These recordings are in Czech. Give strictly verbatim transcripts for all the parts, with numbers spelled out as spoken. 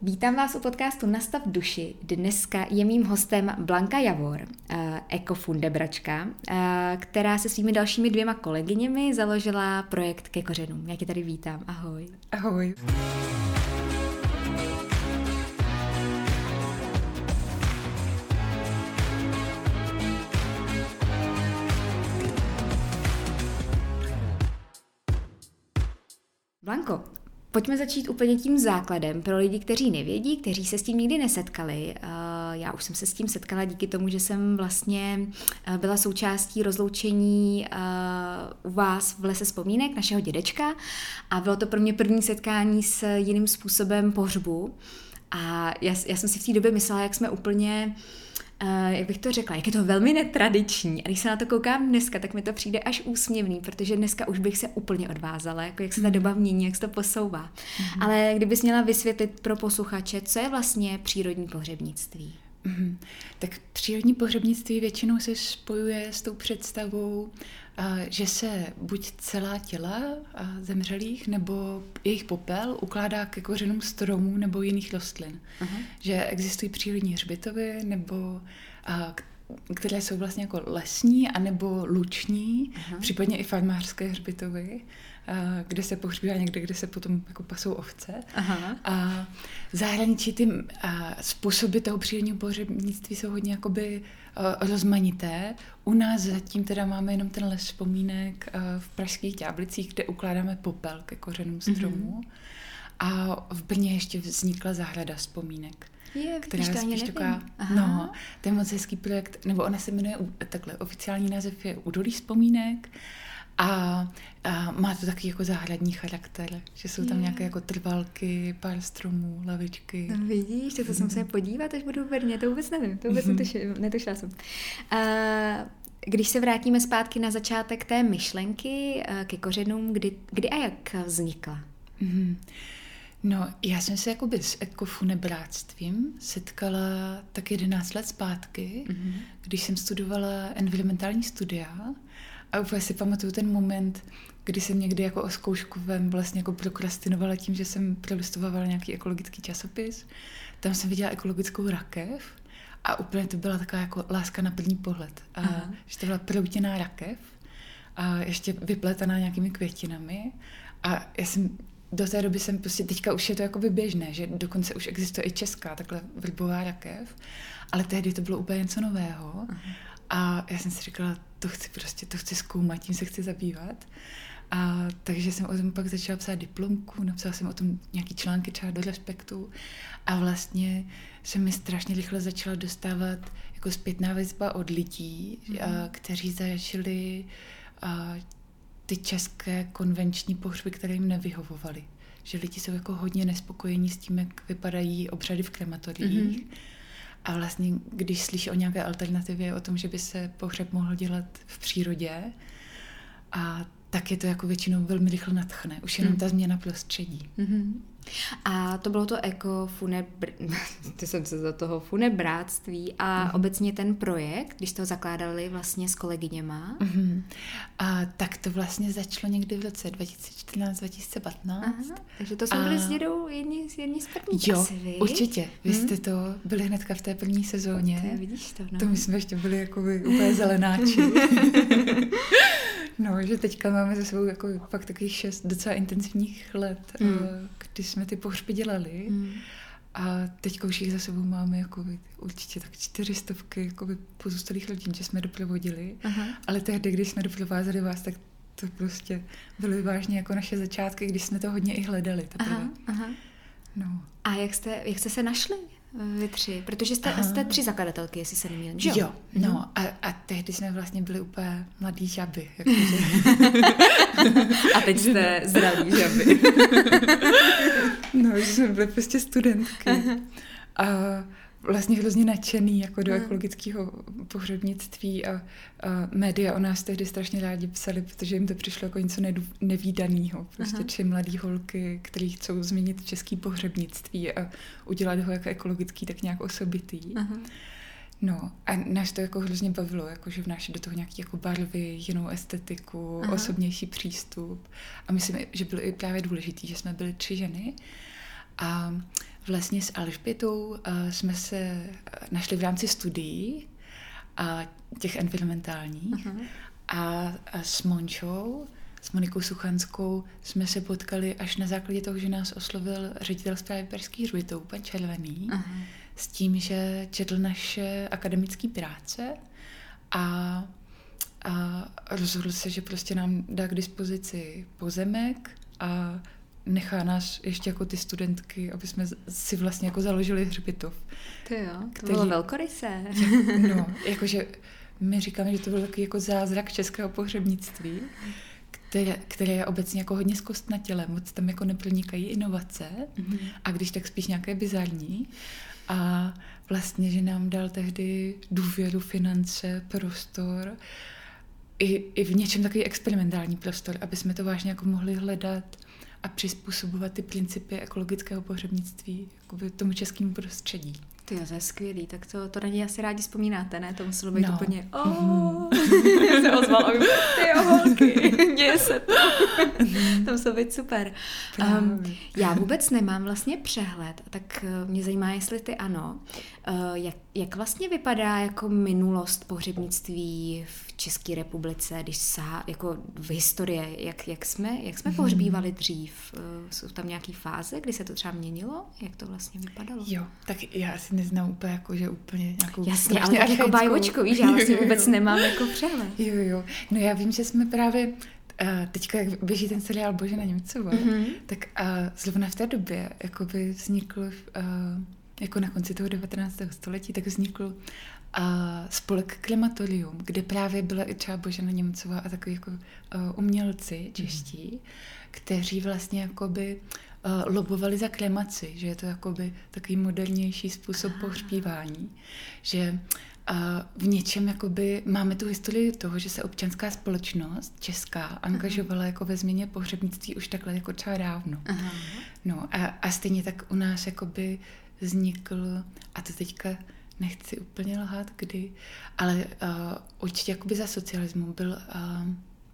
Vítám vás u podcastu Nastav duši. Dneska je mým hostem Blanka Javor, ekofundebračka, která se svými dalšími dvěma kolegyněmi založila projekt Ke kořenům. Já tě tady vítám. Ahoj. Ahoj. Blanko, pojďme začít úplně tím základem pro lidi, kteří nevědí, kteří se s tím nikdy nesetkali. Já už jsem se s tím setkala díky tomu, že jsem vlastně byla součástí rozloučení u vás v Lese vzpomínek našeho dědečka a bylo to pro mě první setkání s jiným způsobem pohřbu. A já, já jsem si v té době myslela, jak jsme úplně... Uh, jak bych to řekla, jak je to velmi netradiční. A když se na to koukám dneska, tak mi to přijde až úsměvný, protože dneska už bych se úplně odvázala, jako jak se ta doba mění, jak se to posouvá. Mm-hmm. Ale kdybys měla vysvětlit pro posluchače, co je vlastně přírodní pohřebnictví? Mm-hmm. Tak přírodní pohřebnictví většinou se spojuje s tou představou, uh, že se buď celá těla uh, zemřelých nebo jejich popel ukládá ke kořenům stromů nebo jiných rostlin. Uh-huh. Že existují přírodní hřbitovy, nebo uh, které jsou vlastně jako lesní anebo luční, uh-huh. případně i farmářské hřbitovy, kde se pohřbívá někde, kde se potom jako pasou ovce. Aha. A v zahraničí ty a způsoby toho přírodního pohřebnictví jsou hodně jakoby a, rozmanité. U nás zatím teda máme jenom ten Les vzpomínek a, v pražských Ďáblicích, kde ukládáme popel ke kořenům stromů. Mm-hmm. A v Brně ještě vznikla zahrada vzpomínek. Je, která je spíš taková, no, to je moc hezký projekt, nebo ona se jmenuje, takhle, oficiální název je Údolí vzpomínek. A, a má to taky jako zahradní charakter, že jsou tam je. nějaké jako trvalky, pár stromů, lavičky. No vidíš, tak to mm. jsem se podívat, až budu v Brně, to vůbec nevím, to vůbec mm. netušila jsem. A když se vrátíme zpátky na začátek té myšlenky ke kořenům, kdy, kdy a jak vznikla? Mm. No, já jsem se jakoby s ekofunebráctvím setkala tak jedenáct let zpátky, mm. když jsem studovala environmentální studia. A úplně si pamatuju ten moment, kdy jsem někdy jako o zkouškovém vlastně jako prokrastinovala tím, že jsem prolistovala nějaký ekologický časopis. Tam jsem viděla ekologickou rakev a úplně to byla taková jako láska na první pohled. A že to byla proutěná rakev a ještě vypletaná nějakými květinami. A já jsem do té doby jsem prostě, teďka už je to jakoby běžné, že dokonce už existuje i česká takhle vrbová rakev, ale tehdy to bylo úplně něco nového. Aha. A já jsem si říkala, to chci prostě, to chci zkoumat, tím se chci zabývat. A takže jsem o tom pak začala psát diplomku, napsala jsem o tom nějaký články třeba do Respektu a vlastně se mi strašně rychle začala dostávat jako zpětná vazba od lidí, mm. a, kteří zažili a, ty české konvenční pohřby, které jim nevyhovovaly. Že lidi jsou jako hodně nespokojení s tím, jak vypadají obřady v krematoriích. Mm. A vlastně, když slyší o nějaké alternativě, o tom, že by se pohřeb mohl dělat v přírodě, a tak je to jako většinou velmi rychle nadchne. Už jenom mm. ta změna prostředí. Mm-hmm. A to bylo to ekofunebr... Ty jsem se za toho funebráctví a mm. obecně ten projekt, když to zakládali vlastně s kolegyněma. Mm-hmm. A tak to vlastně začalo někdy v roce dva tisíce čtrnáct dva tisíce patnáct. Aha, takže to jsme a... byli s dědou jedni, jedni z prvních. Jo, asi, vy? určitě. Vy jste to byli hnedka v té první sezóně. Ty, vidíš to, no. To my jsme ještě byli jako úplně zelenáči. No, že teďka máme za sebou jako fakt takových šest docela intenzivních let, mm. kdy jsme ty pohřby dělali. Mm. A teďka už jich za sebou máme jako určitě tak čtyři stovky jako pozůstalých rodin, že jsme doprovodili. Aha. Ale tehdy, když jsme doprovázeli vás, tak to prostě byly vážně jako naše začátky, když jsme to hodně i hledali. Aha, aha. No. A jak jste, jak jste se našli? Vy tři, protože jste, jste tři zakladatelky, jestli se nemýlím. Jo, jo no a, a tehdy jsme vlastně byli úplně mladý žaby. Jakože. A teď jste zdraví žaby. No, že jsme byli prostě studentky. A vlastně hrozně nadšený jako do ekologického pohřebnictví a, a média o nás tehdy strašně rádi psali, protože jim to přišlo jako něco nevídaného. Prostě Aha. tři mladý holky, které chcou změnit český pohřebnictví a udělat ho jako ekologický, tak nějak osobitý. Aha. No a nás to jako hrozně bavilo, jakože vnášet do toho nějaké jako barvy, jinou estetiku, Aha. osobnější přístup. A myslím, že bylo i právě důležitý, že jsme byli tři ženy A vlastně s Alžbětou uh, jsme se našli v rámci studií a těch environmentálních uh-huh. a, a s Mončou, s Monikou Suchanskou jsme se potkali až na základě toho, že nás oslovil ředitel správy Pražských hřbitovů, pan Červený, uh-huh. s tím, že četl naše akademické práce a, a rozhodl se, že prostě nám dá k dispozici pozemek a nechá nás ještě jako ty studentky, aby jsme si vlastně jako založili hřbitov. To jo, to který, bylo velkorysé. No, jakože my říkáme, že to byl takový jako zázrak českého pohřebnictví, které, které je obecně jako hodně zkostnatělé, moc tam jako nepronikají inovace mm-hmm. a když tak spíš nějaké bizarní. A vlastně, že nám dal tehdy důvěru, finance, prostor, i, i v něčem takový experimentální prostor, aby jsme to vážně jako mohli hledat a přizpůsobovat ty principy ekologického pohřebnictví tomu českému prostředí. Ty jo, to je skvělý, tak to, to na něj asi rádi vzpomínáte, ne? To muselo být no. úplně oh, se ozval, aby ty jo, holky, děje se to. To muselo být super. Um, já vůbec nemám vlastně přehled, tak mě zajímá, jestli ty ano. Uh, jak, jak vlastně vypadá jako minulost pohřebnictví v České republice, když sá, jako v historii, jak, jak jsme, jak jsme pohřbívali dřív? Uh, jsou tam nějaké fáze, kdy se to třeba měnilo? Jak to vlastně vypadalo? Jo, tak já si neznám úplně jako, že úplně nějakou jasně, ale tak jako bajvočko, víš, já vlastně vůbec nemám jako přehled. Jo, jo, no já vím, že jsme právě uh, teďka, jak běží ten seriál Božena Němcová, mm-hmm. tak uh, zrovna v té době jakoby vznikl, uh, jako na konci toho devatenáctého století, tak vznikl uh, spolek Krematorium, kde právě byla i třeba Božena Němcová a takový jako uh, umělci čeští, mm-hmm. kteří vlastně jakoby Uh, lobovali za kremaci, že je to jakoby takový modernější způsob pohřbívání, že uh, v něčem jakoby máme tu historii toho, že se občanská společnost česká angažovala jako ve změně pohřebnictví už takhle jako třeba dávno. Aha. No a, a stejně tak u nás jakoby vznikl, a to teďka nechci úplně lhát, kdy, ale uh, určitě jakoby za socialismu byl uh,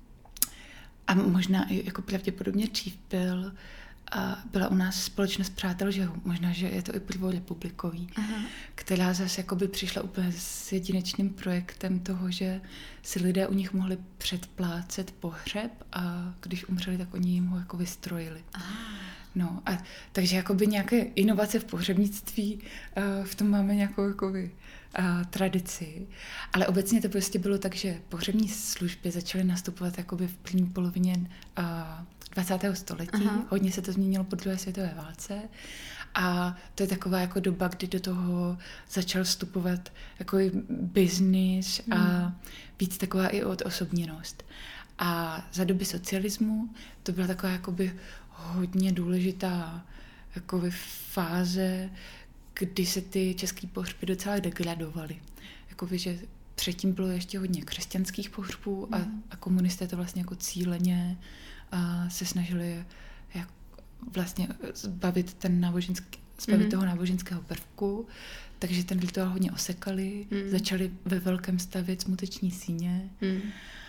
a možná i jako pravděpodobně dřív byl a byla u nás společnost Přátel žehu, možná, že je to i prvorepublikový, aha. která zase jakoby přišla úplně s jedinečným projektem toho, že si lidé u nich mohli předplácet pohřeb a když umřeli, tak oni jim ho jako vystrojili. Aha. No a takže jakoby nějaké inovace v pohřebnictví, uh, v tom máme nějakou jakoby, uh, tradici, ale obecně to prostě bylo tak, že pohřební služby začaly nastupovat jakoby v první polovině uh, dvacátého století. Aha. Hodně se to změnilo po druhé světové válce a to je taková jako doba, kdy do toho začal vstupovat jako biznis hmm. a víc taková i odosobněnost. A za doby socialismu to byla taková jakoby hodně důležitá jakoby fáze, kdy se ty český pohřby docela degradovaly. Jakoby, že předtím bylo ještě hodně křesťanských pohřbů a, a komunisté to vlastně jako cíleně a se snažili jak vlastně zbavit, ten náboženský, zbavit mm-hmm. toho náboženského prvku, takže ten rituál hodně osekali, mm. začali ve velkém stavět smuteční síně mm.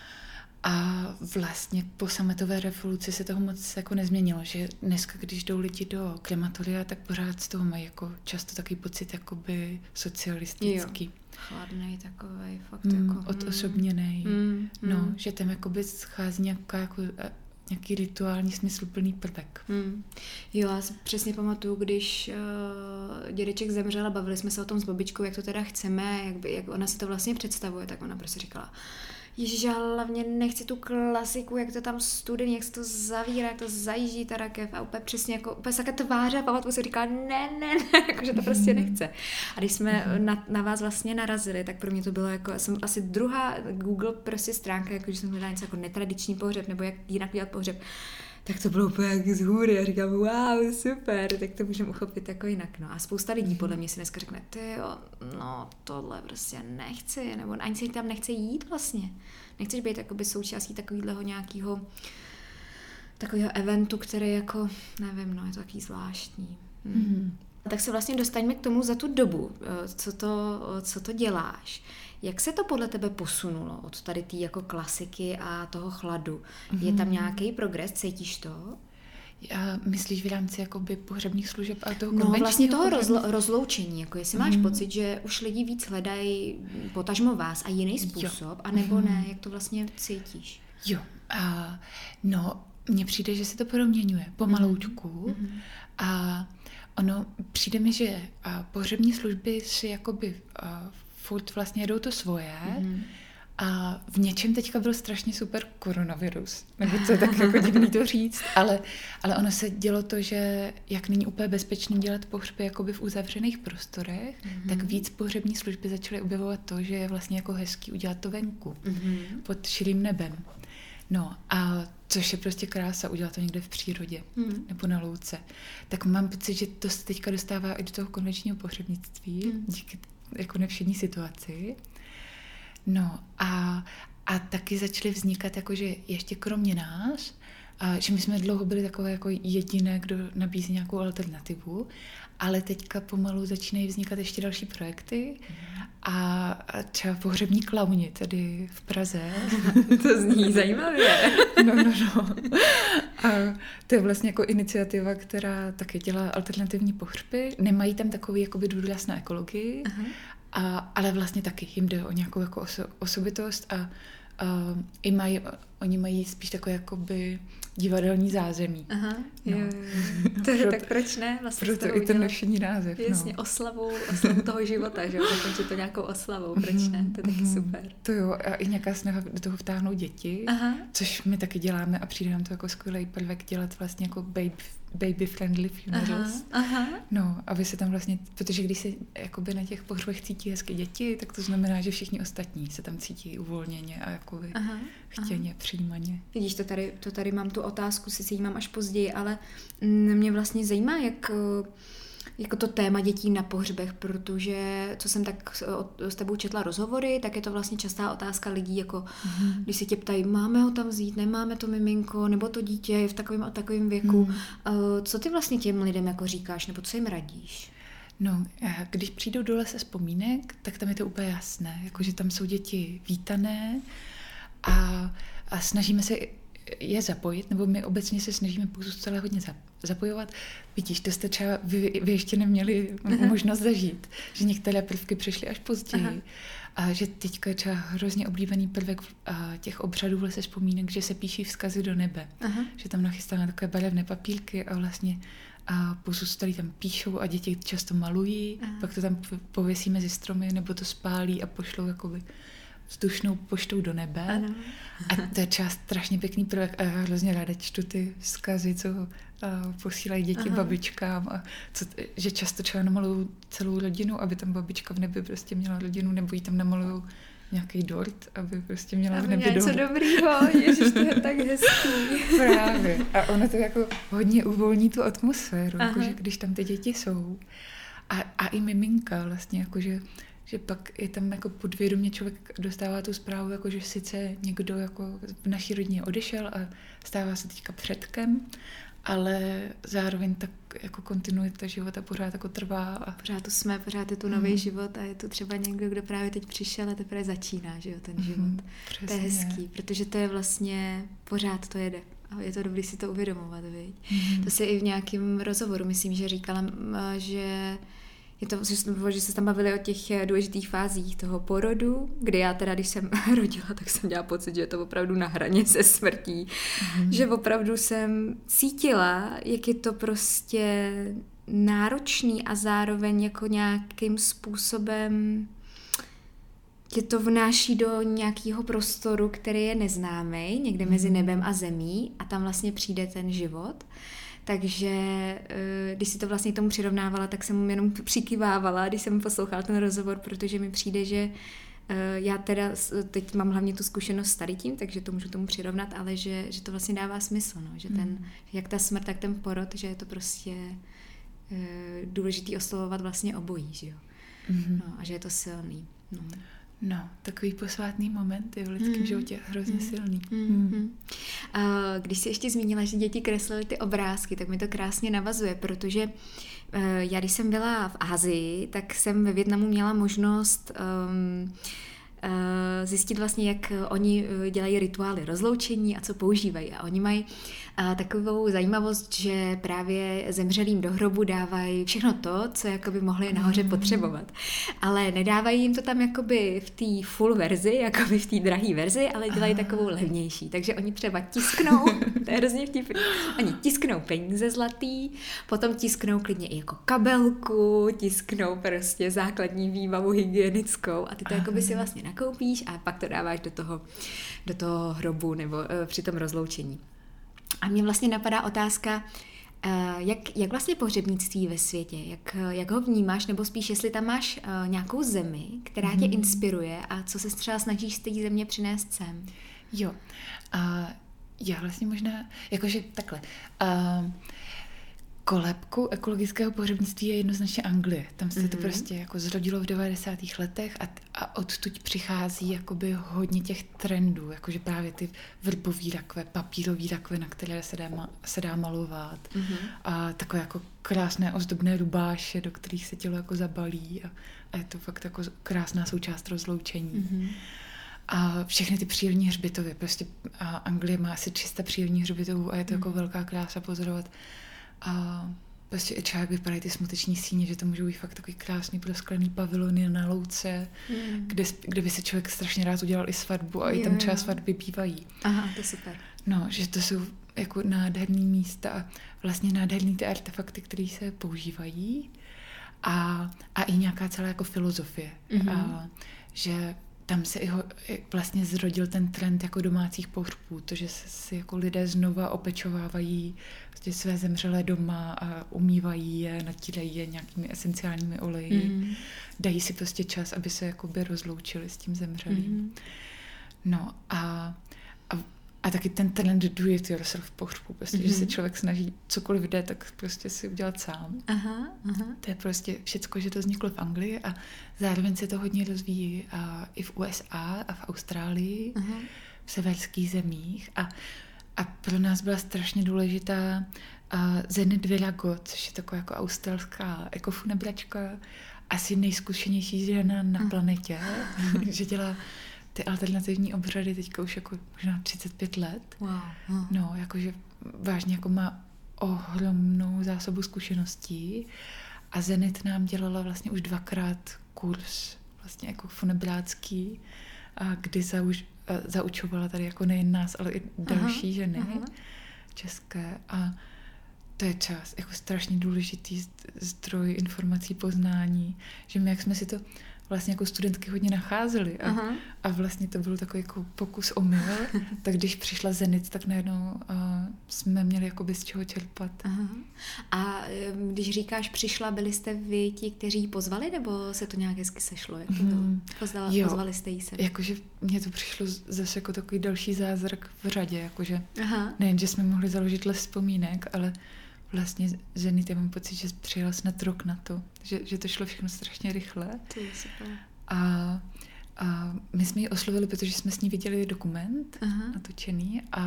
a vlastně po sametové revoluci se toho moc jako nezměnilo, že dneska, když jdou lidi do krematoria, tak pořád z toho mají jako často takový pocit jakoby socialistický. Jo. Chladnej takovej, fakt mm, jako... odosobněnej. Mm, no, mm. že tam jakoby schází nějaká jako nějaký rituální smysluplný prvek. Hmm. Jo, já si přesně pamatuju, když uh, dědeček zemřel a bavili jsme se o tom s babičkou, jak to teda chceme, jak, by, jak ona si to vlastně představuje, tak ona prostě říkala, ježiš, já hlavně nechci tu klasiku, jak to tam studený, jak se to zavírá, jak to zajíždí ta rakev a úplně přesně jako, úplně také tváře a pamatuju si říkala, ne, ne, ne, jakože to prostě nechce. A když jsme mm-hmm. na, na vás vlastně narazili, tak pro mě to bylo jako, jsem asi druhá Google prostě stránka, jako, že jsem hledala něco jako netradiční pohřeb, nebo jak jinak dělat pohřeb, tak to bylo úplně jak z hůry a říkám, wow, super, tak to můžeme uchopit jako jinak. No a spousta lidí podle mě si dneska řekne, ty jo, no tohle prostě nechci, nebo ani si tam nechce jít vlastně. Nechceš být jakoby součástí takového nějakého takového eventu, který jako, nevím, no je to takový zvláštní. Hmm. Mm. Tak se vlastně dostaňme k tomu za tu dobu, co to, co to děláš. Jak se to podle tebe posunulo od tady té jako klasiky a toho chladu? Mm. Je tam nějaký progres, cítíš to? A myslíš v rámci jakoby pohřebních služeb a toho No konvenčního vlastně toho pohřebního? rozlo- rozloučení, jako jestli máš Mm. pocit, že už lidi víc hledají potažmo vás a jiný způsob, anebo Mhm. ne, jak to vlastně cítíš? Jo, a no, mně přijde, že se to proměňuje pomaloučku Mhm. a ono přijde mi, že a, pohřební služby si jakoby a, furt vlastně jedou to svoje Mhm. a v něčem teďka byl strašně super koronavirus, nebo to je tak jako divný to říct, ale, ale ono se dělo to, že jak není úplně bezpečný dělat pohřby jakoby v uzavřených prostorech, Mhm. tak víc pohřební služby začaly objevovat to, že je vlastně jako hezký udělat to venku, Mhm. pod širým nebem. No a což je prostě krása, udělat to někde v přírodě Mhm. nebo na louce. Tak mám pocit, že to se teďka dostává i do toho konvenčního pohřebnictví, Mhm. díky jako nevšední situaci. No a, a taky začaly vznikat jakože ještě kromě nás, a že my jsme dlouho byli takové jako jediné, kdo nabízí nějakou alternativu, ale teďka pomalu začínají vznikat ještě další projekty a a třeba pohřební klauni tady v Praze. To zní zajímavě. No, no, no. A to je vlastně jako iniciativa, která taky dělá alternativní pohřby. Nemají tam takový jakoby důraz na ekologii, Aha. a, ale vlastně taky jim jde o nějakou jako oso, osobitost a, a i mají, oni mají spíš takové jakoby divadelní zázemí. Aha, No. jo, jo, jo. To je, Proto- tak proč ne? Vlastně z Proto toho i ten udělat- nevšední název. Jasně, No. oslavou, oslavou toho života, že jo? Zakončit to nějakou oslavou, proč ne? To je taky Mhm. super. To jo, a i nějaká snaha do toho vtáhnout děti, Aha. což my taky děláme a přijde nám to jako skvělý prvek dělat vlastně jako baby, baby friendly Aha, funerals. aha. No, aby se tam vlastně, protože když se jakoby na těch pohřbech cítí hezky děti, tak to znamená, že všichni ostatní se tam cítí uvolněně a jakoby Aha, chtěně, přijímaně. Vidíš, to tady, to tady mám tu otázku, sice ji mám až později, ale mm, mě vlastně zajímá, jak eh, jako to téma dětí na pohřbech, protože co jsem tak s, o- s tebou četla rozhovory, tak je to vlastně častá otázka lidí, jako Mhm. když se tě ptají, máme ho tam vzít, nemáme to miminko, nebo to dítě je v takovém a takovém věku. Mhm. Eh, Co ty vlastně těm lidem jako říkáš, nebo co jim radíš? No, a když přijdou do lesa vzpomínek, tak tam je to úplně jasné, jakože tam jsou děti vítané a, a snažíme se je zapojit, nebo my obecně se snažíme pozůstalé hodně zap- zapojovat. Vidíš, to jste třeba vy, vy ještě neměli možnost zažít, že některé prvky přišly až později. Aha. A že teďka je třeba hrozně oblíbený prvek a těch obřadů v lese vzpomínek, že se píší vzkazy do nebe. Aha. Že tam nachystáme takové barevné papírky a vlastně a pozůstalí tam píšou a děti často malují, Aha. pak to tam po- pověsí mezi stromy nebo to spálí a pošlou jakoby vzdušnou poštou do nebe. Ano. A to je třeba strašně pěkný prvek a já hrozně ráda čtu ty vzkazy, co a, posílají děti Aha. babičkám a co, že často třeba namalují celou rodinu, aby tam babička v nebi prostě měla rodinu, nebo jí tam namalují nějaký dort, aby prostě měla v Aby nebi měla něco dom. dobrýho, ježiš, to je tak hezký. Právě. A ono to jako hodně uvolní tu atmosféru, Aha. jakože když tam ty děti jsou. A, a i miminka vlastně, jakože že pak je tam jako podvědomě člověk dostává tu zprávu, jako že sice někdo jako v naší rodině odešel a stává se teďka předkem, ale zároveň tak jako kontinuita života pořád jako trvá. A Pořád tu jsme, pořád je tu nový Mhm. život a je tu třeba někdo, kdo právě teď přišel a teprve začíná, že jo, ten život. Mhm, To je přesně. hezký, protože to je vlastně, pořád to jede. A je to dobrý si to uvědomovat, viď? Mhm. To si i v nějakém rozhovoru, myslím, že říkala, m, že je to, že jsme- že se tam bavili o těch důležitých fázích toho porodu, kdy já teda, když jsem rodila, tak jsem měla pocit, že je to opravdu na hraně se smrtí. Mhm. Že opravdu jsem cítila, jak je to prostě náročný a zároveň jako nějakým způsobem tě to vnáší do nějakého prostoru, který je neznámý, někde mezi nebem a zemí a tam vlastně přijde ten život. Takže eh, když si to vlastně k tomu přirovnávala, tak jsem mu jenom přikyvávala, když jsem poslouchala ten rozhovor, protože mi přijde, že eh, já teda s- teď mám hlavně tu zkušenost s tady tím, takže to můžu tomu přirovnat, ale že, že to vlastně dává smysl, no, že ten, jak ta smrt, tak ten porod, že je to prostě eh, důležitý oslovovat vlastně obojí, že jo. Mhm. No, a že je to silný. No. No, takový posvátný moment je v lidském Mhm. životě hrozně Mhm. silný. Mm-hmm. A když jsi ještě zmínila, že děti kreslily ty obrázky, tak mi to krásně navazuje, protože uh, já, když jsem byla v Asii, tak jsem ve Vietnamu měla možnost um, uh, zjistit vlastně, jak oni uh, dělají rituály rozloučení a co používají. A oni mají a takovou zajímavost, že právě zemřelým do hrobu dávají všechno to, co jakoby mohli nahoře potřebovat. Ale nedávají jim to tam jakoby v té full verzi, jakoby v té drahé verzi, ale dělají takovou levnější. Takže oni třeba tisknou, to je hrozně vtipný, oni tisknou peníze zlatý, potom tisknou klidně i jako kabelku, tisknou prostě základní výbavu hygienickou a ty to jakoby si vlastně nakoupíš a pak to dáváš do toho, do toho hrobu nebo uh, při tom rozloučení. A mě vlastně napadá otázka, uh, jak, jak vlastně pohřebnictví ve světě, jak, jak ho vnímáš, nebo spíš, jestli tam máš uh, nějakou zemi, která tě inspiruje a co se třeba snažíš z té země přinést sem? Jo, uh, já vlastně možná, jakože takhle, uh, kolébkou ekologického pohřebnictví je jednoznačně Anglie. Tam se mm-hmm. to prostě jako zrodilo v devadesátých letech a, a odtud přichází jakoby hodně těch trendů, jakože právě ty vrbový rakve, papírový rakve, na které se dá, ma, se dá malovat mm-hmm. a takové jako krásné ozdobné rubáše, do kterých se tělo jako zabalí a, a je to fakt jako krásná součást rozloučení. Mm-hmm. A všechny ty přírodní hřbitovy, prostě a Anglie má asi tři sta přírodních hřbitovů a je to mm. jako velká krása pozorovat. A prostě i třeba jak vypadají ty smuteční síně, že to můžou být fakt takový krásný prosklený pavilony na louce, mm. kde, kde by se člověk strašně rád udělal i svatbu a jo, i tam třeba svatby bývají. Aha, to je super. No, že to jsou jako nádherný místa a vlastně nádherný ty artefakty, které se používají a, a i nějaká celá jako filozofie. Mm-hmm. A, že tam se i ho, vlastně zrodil ten trend jako domácích pohřbů, to, že se si jako lidé znova opečovávají vlastně své zemřelé doma a umývají je, natírají je nějakými esenciálními oleji, mm. dají si prostě čas, aby se jakoby rozloučili s tím zemřelým. Mm. No a, a, a taky ten trend do it yourself pohřbu, prostě, mm. že se člověk snaží cokoliv jde, tak prostě si udělat sám. Aha, aha. To je prostě všecko, že to vzniklo v Anglii a zároveň se to hodně rozvíjí a i v U S A a v Austrálii, aha. v severských zemích a, a pro nás byla strašně důležitá uh, Zenit Virago, což je taková jako australská ekofunebračka, asi nejzkušenější žena na aha. planetě, že dělá ty alternativní obřady teďka už jako možná třicet pět let. Wow. No, jakože vážně jako má ohromnou zásobu zkušeností a Zenit nám dělala vlastně už dvakrát kurz vlastně jako funebrácký, a kdy zauč, zaučovala tady jako nejen nás, ale i další aha, ženy aha. české a to je čas, jako strašně důležitý zdroj informací, poznání, že my, jak jsme si to vlastně jako studentky hodně nacházeli a, a vlastně to byl takový jako pokus omyl, tak když přišla Zenit, tak najednou uh, jsme měli jakoby z čeho čerpat. Aha. A když říkáš přišla, byli jste vy ti, kteří ji pozvali, nebo se to nějak hezky sešlo? Jak hmm. to pozvala, jo, pozvali jste jí sem? Jakože mně to přišlo zase jako takový další zázrak v řadě, jakože nejen, že jsme mohli založit les vzpomínek, ale vlastně Zenit, já mám pocit, že přijela snad rok na to, že, že to šlo všechno strašně rychle. To je super. A, a my jsme ji oslovili, protože jsme s ní viděli dokument aha. natočený a,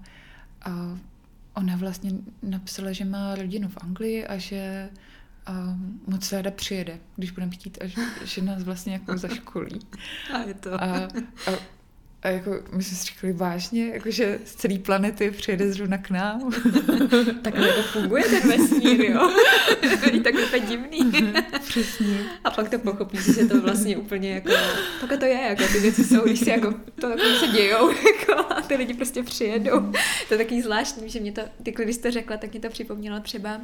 a ona vlastně napsala, že má rodinu v Anglii a že a moc ráda přijede, když budeme chtít a že, že nás vlastně jako zaškolí. A je to. A, a, A jako my jsme si říkali vážně, jakože z celé planety přijede zrovna k nám. Takhle to funguje ten vesmír, jo? Že to není tak úplně divný. Přesně. A pak to pochopíš, že to vlastně úplně jako, takhle to je, jako ty věci jsou, když si jako, to takhle se dějou, jako, a ty lidi prostě přijedou. To je takový zvláštní, že mě to, ty když jsi to řekla, tak mě to připomnělo třeba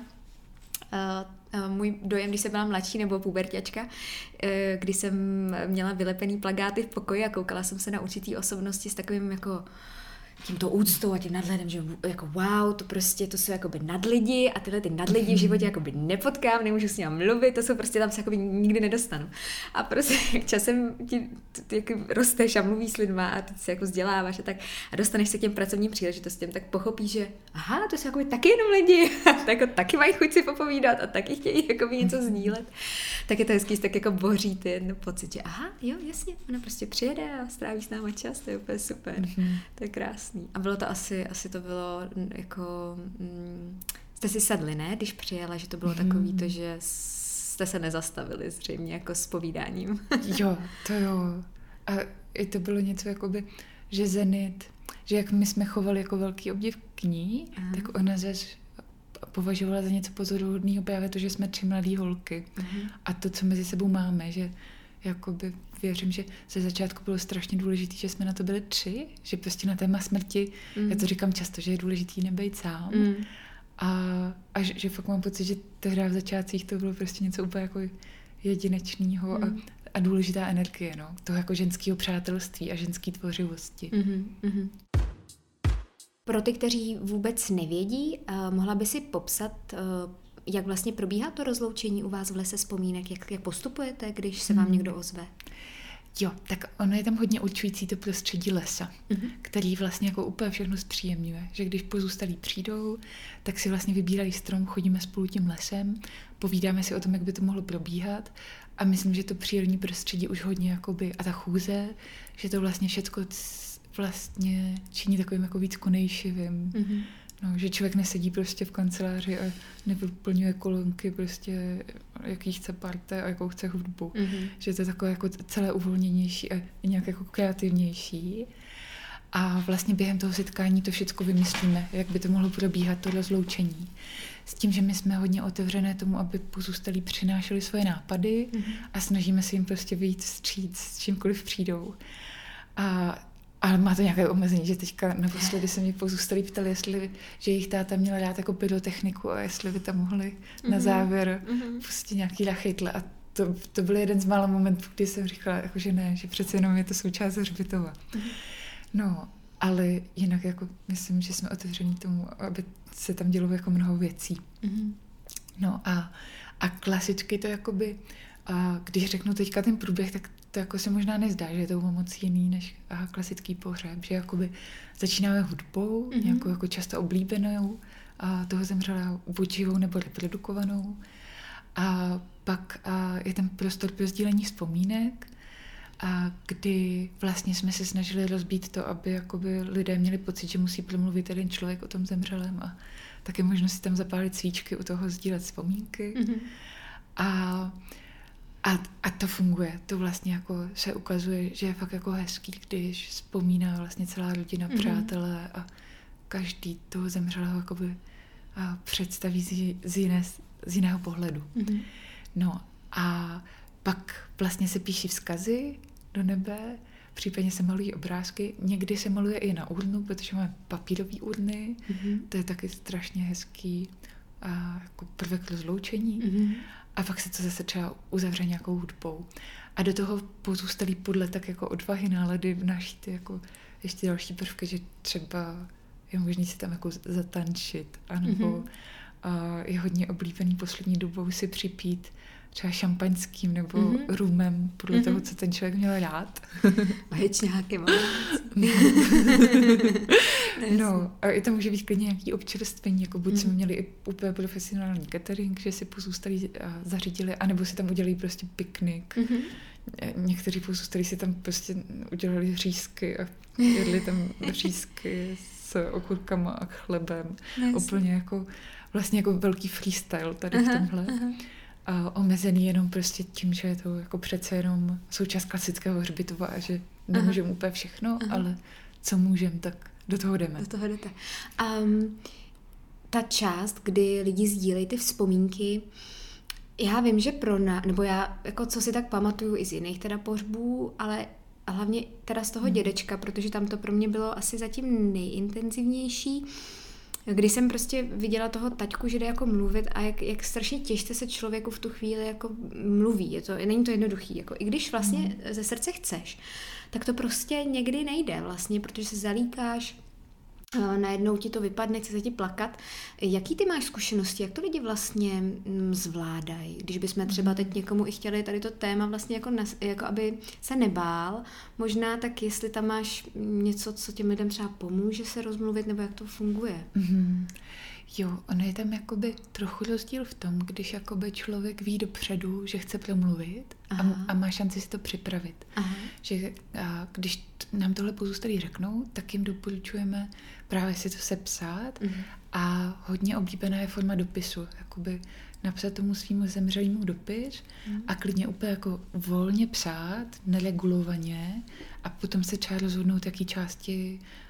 Uh, uh, můj dojem, když jsem byla mladší nebo puberťačka, uh, kdy jsem měla vylepený plakáty v pokoji a koukala jsem se na určitý osobnosti s takovým jako tímto úctou a tím nadhledem, že jako wow, to prostě, to jsou jakoby nadlidi a tyhle ty nadlidi v životě jakoby nepotkám, nemůžu s nimi mluvit, to jsou prostě tam se jakoby nikdy nedostanu. A prostě jak časem ti jak rosteš a mluvíš s lidma a teď se jako vzděláváš a tak a dostaneš se k těm pracovním příležitostem, tak pochopíš, že aha, to jsou jakoby taky jenom lidi a tak, taky mají chuť si popovídat a taky chtějí jakoby něco sdílet. Tak je to hezký, tak jako boří ten pocit, že aha, jo, jasně, ona prostě přijede a stráví s náma čas, to je úplně super, mm-hmm. to je krásný. A bylo to asi, asi to bylo jako, mm, jste si sedli, ne, když přijela, že to bylo mm. takový to, že jste se nezastavili zřejmě jako s povídáním. Jo, to jo. A i to bylo něco jakoby, že Zenit, že jak my jsme chovali jako velký obdiv k ní, Aha. tak ona zase považovala za něco pozoruhodného právě to, že jsme tři mladý holky. Aha. A to, co mezi sebou máme, že jakoby věřím, že ze začátku bylo strašně důležité, že jsme na to byli tři, že prostě na téma smrti, mm. já to říkám často, že je důležitý nebejt sám. Mm. A, a že, že fakt mám pocit, že tehdy v začátcích to bylo prostě něco úplně jako jedinečného mm. a, a důležitá energie, no. Toho jako ženského přátelství a ženské tvořivosti. Mm-hmm. Pro ty, kteří vůbec nevědí, uh, mohla by si popsat, uh, jak vlastně probíhá to rozloučení u vás v Lese vzpomínek, jak, jak postupujete, když se vám mm. někdo ozve? Jo, tak ono je tam hodně určující to prostředí lesa, mm-hmm. který vlastně jako úplně všechno zpříjemňuje. Že když pozůstalí přijdou, tak si vlastně vybírají strom, chodíme spolu tím lesem, povídáme si o tom, jak by to mohlo probíhat a myslím, že to přírodní prostředí už hodně jakoby, a ta chůze, že to vlastně všecko vlastně činí takovým jako víc konejšivým. Mm-hmm. No, že člověk nesedí prostě v kanceláři a nevyplňuje kolonky prostě, jaký chce parte a jakou chce hudbu. Mm-hmm. Že to je takové jako celé uvolněnější a nějak jako kreativnější. A vlastně během toho setkání to všechno vymyslíme, jak by to mohlo probíhat, to rozloučení. S tím, že my jsme hodně otevřené tomu, aby pozůstalí přinášeli svoje nápady mm-hmm. a snažíme se jim prostě vyjít vstříc s čímkoliv přijdou. A ale má to nějaké omezení, že teďka naposledy se mě pozůstalí ptali, jestli, že jejich táta měla rád jako pyrotechniku a jestli by tam mohli mm-hmm. na závěr mm-hmm. pustit nějaký lachejtle. A to, to byl jeden z mála momentů, kdy jsem říkala, jako, že ne, že přece jenom je to součást hřbitova. Mm-hmm. No, ale jinak jako myslím, že jsme otevření tomu, aby se tam dělo jako mnoho věcí. Mm-hmm. No a, a klasicky to jakoby, a když řeknu teďka ten průběh, tak to jako se možná nezdá, že je to moc jiný než aha, klasický pohřeb, že jakoby začínáme hudbou, mm-hmm. nějakou jako často oblíbenou, a toho zemřela buď živou nebo reprodukovanou. A pak a je ten prostor pro sdílení vzpomínek, a kdy vlastně jsme se snažili rozbít to, aby jakoby lidé měli pocit, že musí promluvit jeden člověk o tom zemřelém a taky možno si tam zapálit svíčky, u toho sdílet vzpomínky. Mm-hmm. A A, a to funguje, to vlastně jako se ukazuje, že je fakt jako hezký, když vzpomíná vlastně celá rodina, mm-hmm. přátelé a každý toho zemřelého jakoby a představí z, z, jiné, z jiného pohledu. Mm-hmm. No a pak vlastně se píší vzkazy do nebe, případně se malují obrázky, někdy se maluje i na urnu, protože máme papírové urny, mm-hmm. to je taky strašně hezký a jako prvek rozloučení. Mm-hmm. A pak se to zase třeba uzavře nějakou hudbou. A do toho pozůstalí podle tak jako odvahy, nálady vnáší ty jako ještě další prvky, že třeba je možný si tam jako zatančit, anebo mm-hmm. a je hodně oblíbený poslední dobou si připít třeba šampaňským nebo mm-hmm. rumem, podle mm-hmm. toho, co ten člověk měl rád. Vaječňáky, No, a i to může být klidně nějaký občerstvení, jako buď mm. jsme měli i úplně profesionální catering, že si pozůstalí zařídili, anebo si tam udělali prostě piknik. Mm-hmm. Někteří pozůstalí si tam prostě udělali řízky a jedli tam řízky s okurkama a chlebem. Nice. Úplně jako, vlastně jako velký freestyle tady aha, v tomhle. Aha. A omezený jenom prostě tím, že je to jako přece jenom součást klasického hřbitova a že nemůžeme úplně všechno, aha. ale co můžeme, tak do toho jdeme. Do toho jdete. Um, ta část, kdy lidi sdílejí ty vzpomínky, já vím, že pro nás, nebo já, jako co si tak pamatuju i z jiných teda pohřbů, ale hlavně teda z toho hmm. dědečka, protože tam to pro mě bylo asi zatím nejintenzivnější, když jsem prostě viděla toho taťku, že jde jako mluvit a jak, jak strašně těžce se člověku v tu chvíli jako mluví. Je to, není to jednoduchý. Jako, i když vlastně hmm. ze srdce chceš, tak to prostě někdy nejde vlastně, protože se zalíkáš, najednou ti to vypadne, chce se ti plakat. Jaký ty máš zkušenosti, jak to lidi vlastně zvládají? Když bychom třeba teď někomu i chtěli tady to téma vlastně jako, nas, jako aby se nebál, možná tak jestli tam máš něco, co těm lidem třeba pomůže se rozmluvit, nebo jak to funguje? Mm-hmm. Jo, ono je tam jakoby trochu rozdíl v tom, když jakoby člověk ví dopředu, že chce promluvit a, a má šanci si to připravit. Aha. Že a když nám tohle pozůstalí řeknou, tak jim doporučujeme právě si to sepsat mhm. a hodně oblíbená je forma dopisu, jakoby napsat tomu svýmu zemřelému dopis mhm. a klidně úplně jako volně psát, neregulovaně a potom se třeba rozhodnout, jaký části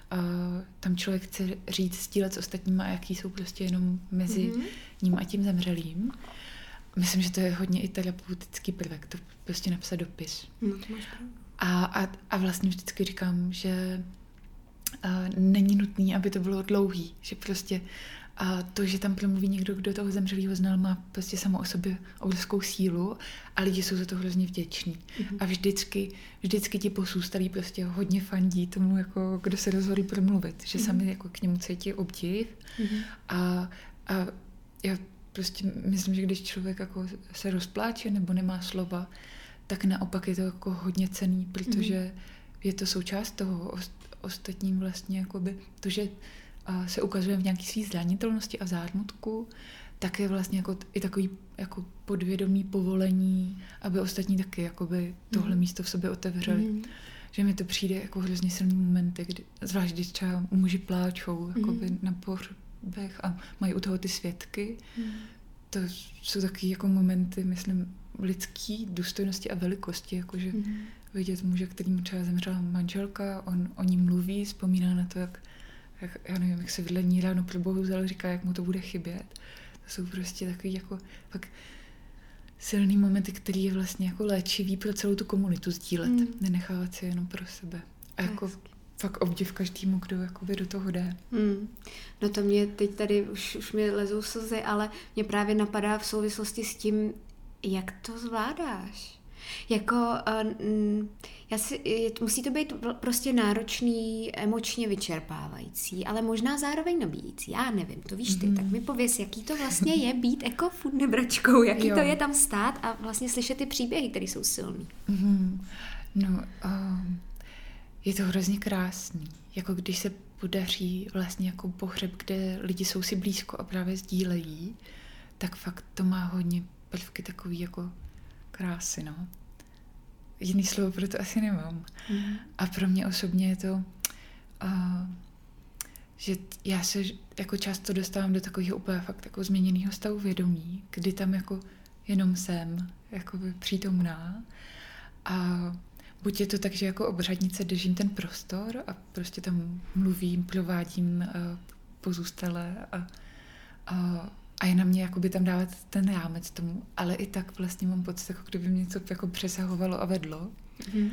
tam člověk chce říct, sdílet s ostatníma a jaký jsou prostě jenom mezi mm-hmm. ním a tím zemřelým. Myslím, že to je hodně i terapeutický prvek, to prostě napsat dopis. No, to máš pravdu. A, a, a vlastně vždycky říkám, že a, není nutný, aby to bylo dlouhý, že prostě a to, že tam promluví někdo, kdo toho zemřelého znal, má prostě samo o sobě obrovskou sílu a lidi jsou za to hrozně vděční. Mm-hmm. A vždycky, vždycky ti posůstalí prostě hodně fandí tomu, jako, kdo se rozhodl promluvit, že mm-hmm. sami jako k němu cítí obdiv. Mm-hmm. A, a já prostě myslím, že když člověk jako se rozpláče nebo nemá slova, tak naopak je to jako hodně cenný, protože mm-hmm. je to součást toho ostatním vlastně, jakoby, to, že a se ukazuje v nějaký svý zranitelnosti a zármutku, tak je vlastně jako i takový jako podvědomý povolení, aby ostatní taky jakoby tohle mm. místo v sobě otevřeli. Mm. Že mi to přijde jako hrozně silný momenty, kdy, zvlášť když třeba muži pláčou mm. jakoby na pohřbech a mají u toho ty svědky. Mm. To jsou taky jako momenty, myslím, lidský důstojnosti a velikosti, jakože mm. vidět muže, kterým třeba zemřela manželka, on o ní mluví, vzpomíná na to, jak Jak, já nevím, jak se vedle ní ráno probouzel, říká, jak mu to bude chybět. To jsou prostě takový jako fakt silný momenty, který je vlastně jako léčivý pro celou tu komunitu sdílet. Mm. Nenechávat si jenom pro sebe. A jako Hezky. Fakt obdiv každému, kdo jakoby do toho jde. Mm. No to mě teď tady už, už mi lezou slzy, ale mě právě napadá v souvislosti s tím, jak to zvládáš. Jako, uh, já si, musí to být prostě náročný, emočně vyčerpávající, ale možná zároveň nabíjící. Já nevím, to víš ty, mm. tak mi pověz, jaký to vlastně je být jako food nebračkou, jaký jo. to je tam stát a vlastně slyšet ty příběhy, které jsou silný. Mm. No, um, je to hrozně krásný. Jako když se podaří vlastně jako pohřeb, kde lidi jsou si blízko a právě sdílejí, tak fakt to má hodně prvky takový jako krásy, no. Jiný slovo pro to asi nemám. Mm. A pro mě osobně je to, uh, že já se jako často dostávám do takového úplně fakt jako změněného stavu vědomí, kdy tam jako jenom jsem jakoby přítomná a buď je to tak, že jako obřadnice držím ten prostor a prostě tam mluvím, provádím uh, pozůstalé a, a A je na mě jakoby tam dávat ten rámec tomu, ale i tak vlastně mám pocit, jako kdyby mě něco jako přesahovalo a vedlo. Mm.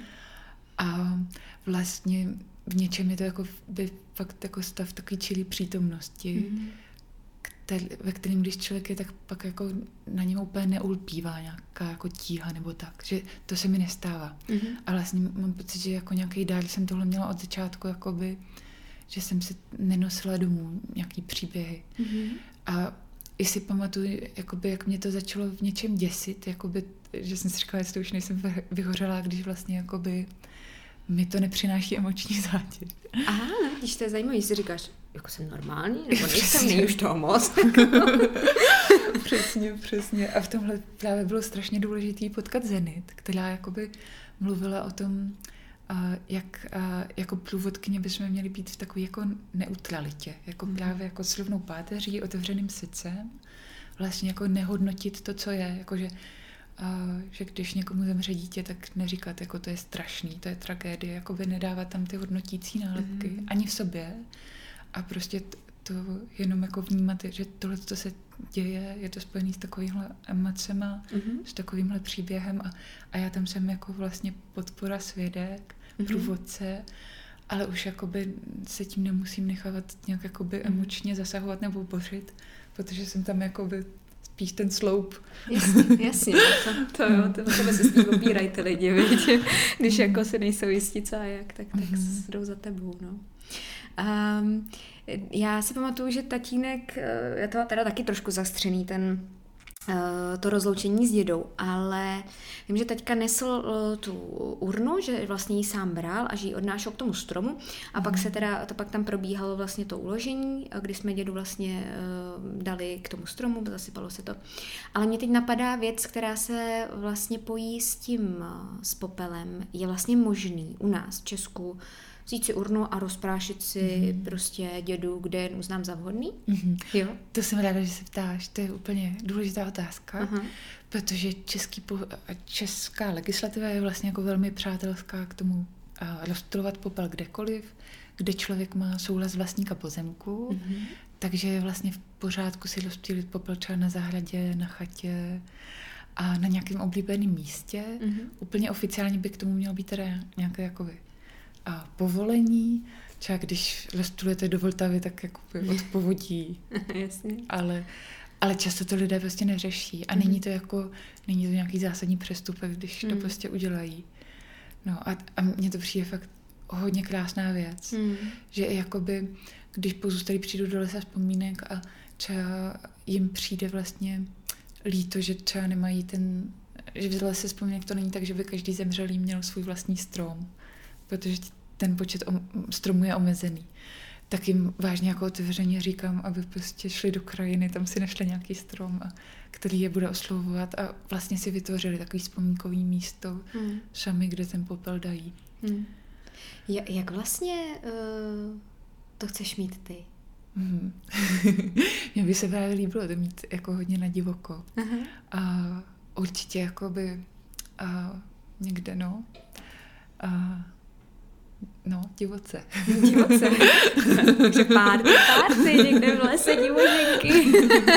A vlastně v něčem je to jako by fakt jako stav takový čilý přítomnosti, mm. který, ve kterém když člověk je, tak pak jako na něm úplně neulpívá nějaká jako tíha nebo tak, že to se mi nestává. Mm. A vlastně mám pocit, že jako nějaký dár jsem tohle měla od začátku, jakoby, že jsem si nenosila domů nějaký příběhy. Mm. A i si pamatuju, jakoby, jak mě to začalo v něčem děsit, jakoby, že jsem si říkala, jestli už nejsem vyhořela, když vlastně jakoby, mi to nepřináší emoční zátěž. Aha, no, když to je zajímavé, si říkáš, jako jsem normální, nebo nejsem, nej už toho moc. Přesně, přesně. A v tomhle právě bylo strašně důležitý potkat Zenit, která jakoby mluvila o tom, a jak a jako průvodkyně bychom měli být v takové jako neutralitě, jako mm. právě jako s rovnou páteří, otevřeným srdcem, vlastně jako nehodnotit to, co je, jakože a, že když někomu zemře dítě, tak neříkat, jako to je strašný, to je tragédie, jakoby nedávat tam ty hodnotící nálepky, mm. ani v sobě a prostě to, to jenom jako vnímat, že tohle, co se děje, je to spojený s takovýmhle emocema, mm-hmm. s takovýmhle příběhem a, a já tam jsem jako vlastně podpora svědek, mm-hmm. průvodce, ale už jakoby se tím nemusím nechávat nějak jakoby mm-hmm. emočně zasahovat nebo bořit, protože jsem tam jakoby spíš ten sloup. Jasně, jasně. To, to jo, to tebe se s tím obírají ty lidi, víš? Když jako si nejsou jistí co a jak, tak, tak mm-hmm. jdou za tebou, no. Um, já si pamatuju, že tatínek, je to teda taky trošku zastřený ten, to rozloučení s dědou, ale vím, že taťka nesl tu urnu, že vlastně ji sám bral a že ji odnášel k tomu stromu a mm. pak se teda, to pak tam probíhalo vlastně to uložení, kdy jsme dědu vlastně dali k tomu stromu, zasypalo se to. Ale mě teď napadá věc, která se vlastně pojí s tím, s popelem, je vlastně možný u nás v Česku vzít si urnu a rozprášit si mm-hmm. prostě dědu, kde jen uznám za vhodný? Mm-hmm. Jo? To jsem ráda, že se ptáš, to je úplně důležitá otázka, uh-huh. protože český, česká legislativa je vlastně jako velmi přátelská k tomu rozptylovat popel kdekoliv, kde člověk má souhlas vlastníka pozemku, mm-hmm. takže je vlastně v pořádku si rozptýlit popel třeba na zahradě, na chatě a na nějakém oblíbeném místě. Mm-hmm. Úplně oficiálně by k tomu mělo být teda nějaké jakoby a povolení. Třeba když rozptýlujete do Vltavy, tak jakoby od povodí. Jasně. Ale, ale často to lidé prostě neřeší. A mm-hmm. není to jako, není to nějaký zásadní přestupek, když mm. to prostě udělají. No a, a mně to přijde fakt hodně krásná věc. Mm. Že jakoby, když pozůstalí přijdou do lesa vzpomínek a třeba jim přijde vlastně líto, že třeba nemají ten, že v lese vzpomínek to není tak, že by každý zemřelý měl svůj vlastní strom, protože ten počet stromů je omezený. Tak jim vážně jako otevřeně říkám, aby prostě šli do krajiny, tam si našli nějaký strom, a, který je bude oslovovat a vlastně si vytvořili takový vzpomínkový místo hmm. sami, kde ten popel dají. Hmm. Jak vlastně uh, to chceš mít ty? Hmm. Mně by se právě líbilo to mít jako hodně na divoko. Uh-huh. A určitě jakoby a někde, no. A No, divoce. Divoce. Takže párty, párty, někde v lese divoženky.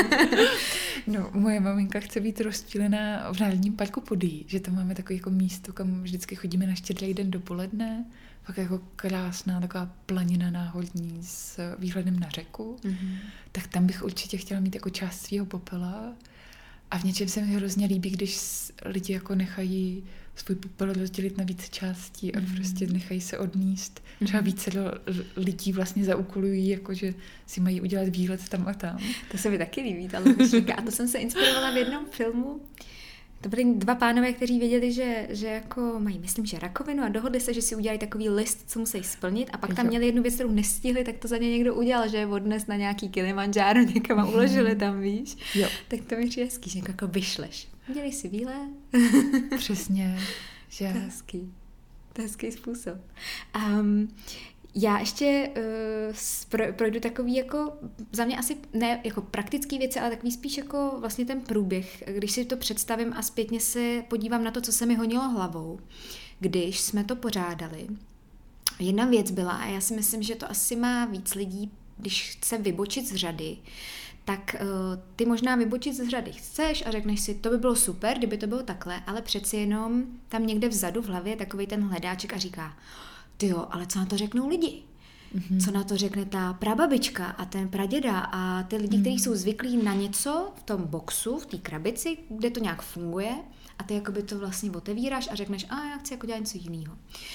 No, moje maminka chce být rozptýlená v Národním parku Podyjí, že tam máme takové jako místo, kam vždycky chodíme na Štědrý den dopoledne. Fakt jako krásná taková planina náhodní s výhledem na řeku. Mm-hmm. Tak tam bych určitě chtěla mít jako část svého popela. A v něčem se mi hrozně líbí, když lidi jako nechají svůj popel rozdělit na více částí a mm. prostě nechají se odníst. Třeba více lidí vlastně zaúkolují, jakože si mají udělat výlet tam a tam. To se mi taky líbí, ta logička. A to jsem se inspirovala v jednom filmu. To byli dva pánové, kteří věděli, že, že jako mají, myslím, že rakovinu a dohodli se, že si udělají takový list, co musí splnit a pak tam měli jednu věc, kterou nestihli, tak to za ně někdo udělal, že je odnes na nějaký Kilimanjaro někam a uložili tam, víš. Jo. Tak to mi přijde hezký, že jako vyšleš. Udělej si výlet. Přesně. Že... To je hezký. To je hezký způsob. Um, Já ještě uh, projdu takový jako, za mě asi ne jako praktický věci, ale takový spíš jako vlastně ten průběh, když si to představím a zpětně se podívám na to, co se mi honilo hlavou, když jsme to pořádali. Jedna věc byla, a já si myslím, že to asi má víc lidí, když chce vybočit z řady, tak uh, ty možná vybočit z řady chceš a řekneš si, to by bylo super, kdyby to bylo takhle, ale přeci jenom tam někde vzadu v hlavě je takovej ten hledáček a říká, tyjo, ale co na to řeknou lidi? Mm-hmm. Co na to řekne ta prababička a ten praděda a ty lidi, mm-hmm. kteří jsou zvyklí na něco v tom boxu, v té krabici, kde to nějak funguje a ty jakoby to vlastně otevíráš a řekneš, a já chci jako dělat něco jiného.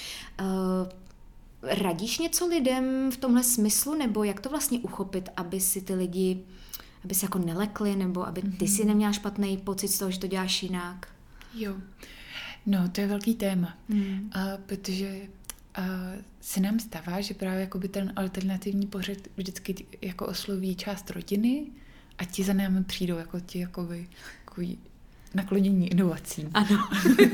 Uh, radíš něco lidem v tomhle smyslu, nebo jak to vlastně uchopit, aby si ty lidi, aby se jako nelekli, nebo aby ty si neměla špatný pocit z toho, že to děláš jinak? Jo, no to je velký téma, mm. a protože a se nám stává, že právě jakoby ten alternativní pořad vždycky jako osloví část rodiny a ti za námi přijdou jako ti jakoby, jakoby naklonění inovacím. Ano.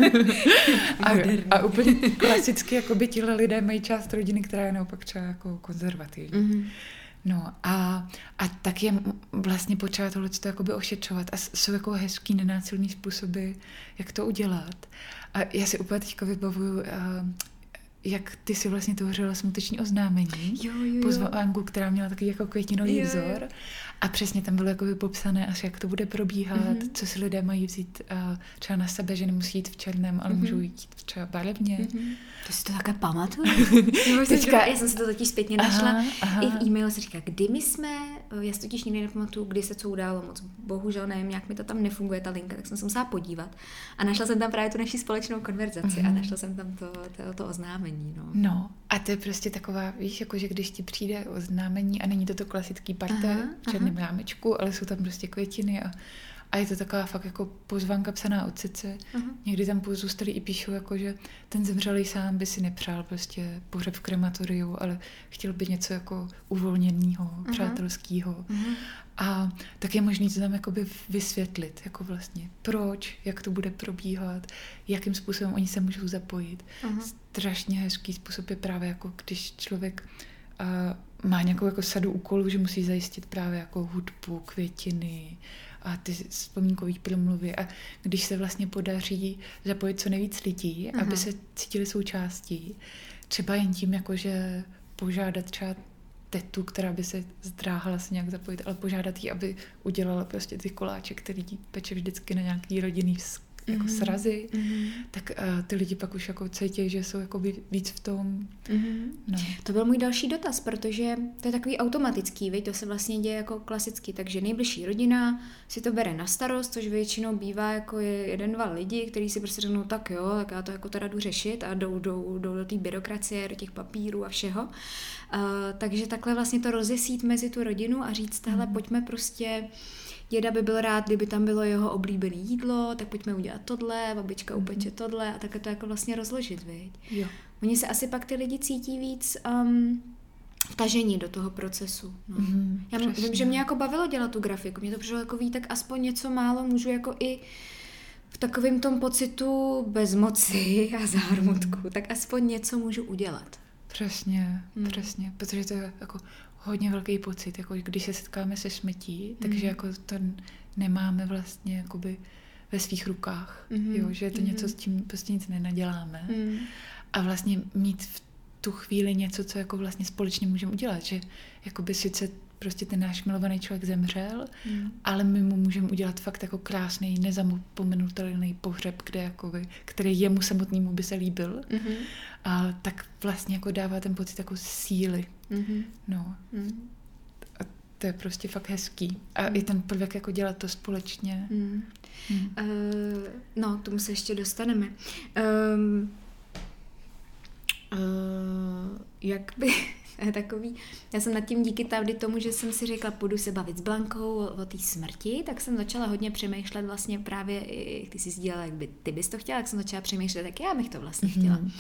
a, a úplně klasicky jakoby tihle lidé mají část rodiny, která je naopak třeba jako konzervativní. Mm-hmm. No a, a tak je vlastně potřeba tohleto jakoby ošetřovat a jsou jako hezký, nenásilný způsoby, jak to udělat. A já si úplně teďka vybavuju uh, jak ty si vlastně tvořila smuteční oznámení, jo, jo, jo. pozvánku, která měla takový jako květinový jo, vzor jo. a přesně tam bylo jako popsané až jak to bude probíhat, mm-hmm. co si lidé mají vzít uh, třeba na sebe, že nemusí jít v černém, ale mm-hmm. můžou jít třeba barevně. Mm-hmm. To si to také pamatuju. Teďka... Já jsem si to totiž zpětně našla. Aha, aha. I v e-mailu se říká, kdy my jsme, já si totiž nikdy nepamatuju, kdy se co událo moc. Bohužel nevím, nějak mi to tam nefunguje, ta linka, tak jsem se musela podívat. A našla jsem tam právě tu naši společnou konverzaci mm-hmm. a našla jsem tam to, to, to oznámení. No. no a to je prostě taková, víš, jako že když ti přijde oznámení a není to to klasický parté v černém rámečku, ale jsou tam prostě květiny a A je to taková fakt jako pozvánka psaná od cice. Uh-huh. Někdy tam pozůstali i píšou, jako, že ten zemřelý sám by si nepřál prostě pohřeb v krematoriu, ale chtěl by něco jako uvolněného, uh-huh. přátelského. Uh-huh. A tak je možné to tam jakoby vysvětlit, jako vlastně proč, jak to bude probíhat, jakým způsobem oni se můžou zapojit. Uh-huh. Strašně hezký způsob je právě jako, když člověk uh, má nějakou jako sadu úkolů, že musí zajistit právě jako hudbu, květiny, a ty vzpomínkové promluvy a když se vlastně podaří zapojit co nejvíc lidí, uh-huh. aby se cítili součástí, třeba jen tím, jako že požádat třeba tetu, která by se zdráhala se nějak zapojit, ale požádat jí, aby udělala prostě ty koláče, který peče vždycky na nějaký rodinný jako mm-hmm. srazy, mm-hmm. tak uh, ty lidi pak už jako cítí, že jsou jako víc v tom. Mm-hmm. No. To byl můj další dotaz, protože to je takový automatický, viď? To se vlastně děje jako klasicky, takže nejbližší rodina si to bere na starost, což většinou bývá jako je jeden, dva lidi, kteří si prostě řeknou, tak jo, tak já to jako teda jdu řešit a jdou, jdou, jdou do té byrokracie, do těch papírů a všeho. Uh, takže takhle vlastně to rozesít mezi tu rodinu a říct, hele, mm-hmm. pojďme prostě. Děda by byl rád, kdyby tam bylo jeho oblíbené jídlo, tak pojďme udělat tohle, babička upeče tohle a takhle to jako vlastně rozložit, viď? Jo. Oni se asi pak ty lidi cítí víc um, vtažení do toho procesu. No. Mm, Já přesně. Vím, že mě jako bavilo dělat tu grafiku, mě to přišlo jako ví, tak aspoň něco málo můžu jako i v takovém tom pocitu bezmoci a zármutku, mm. tak aspoň něco můžu udělat. Přesně, mm. přesně, protože to je jako hodně velký pocit, jako když se setkáme se smrtí, takže mm. jako to nemáme vlastně jakoby ve svých rukách, mm. jo, že je to mm. něco, s tím prostě nic nenaděláme mm. a vlastně mít v tu chvíli něco, co jako vlastně společně můžeme udělat, že jakoby sice prostě ten náš milovaný člověk zemřel, mm. ale my mu můžeme udělat fakt jako krásný, nezapomenutelný pohřeb, kde jakoby, který jemu samotnému by se líbil. Mm-hmm. A tak vlastně jako dává ten pocit jako síly. Mm-hmm. No. Mm. A to je prostě fakt hezký. A mm. i ten prvek jako dělat to společně. Mm. Mm. Uh, no, k tomu se ještě dostaneme. Um, uh, jak by... takový, já jsem nad tím díky tady tomu, že jsem si řekla, půjdu se bavit s Blankou o, o té smrti, tak jsem začala hodně přemýšlet vlastně právě, jak ty jsi sdílela, jak by ty bys to chtěla, tak jsem začala přemýšlet, jak já bych to vlastně chtěla. Mm-hmm.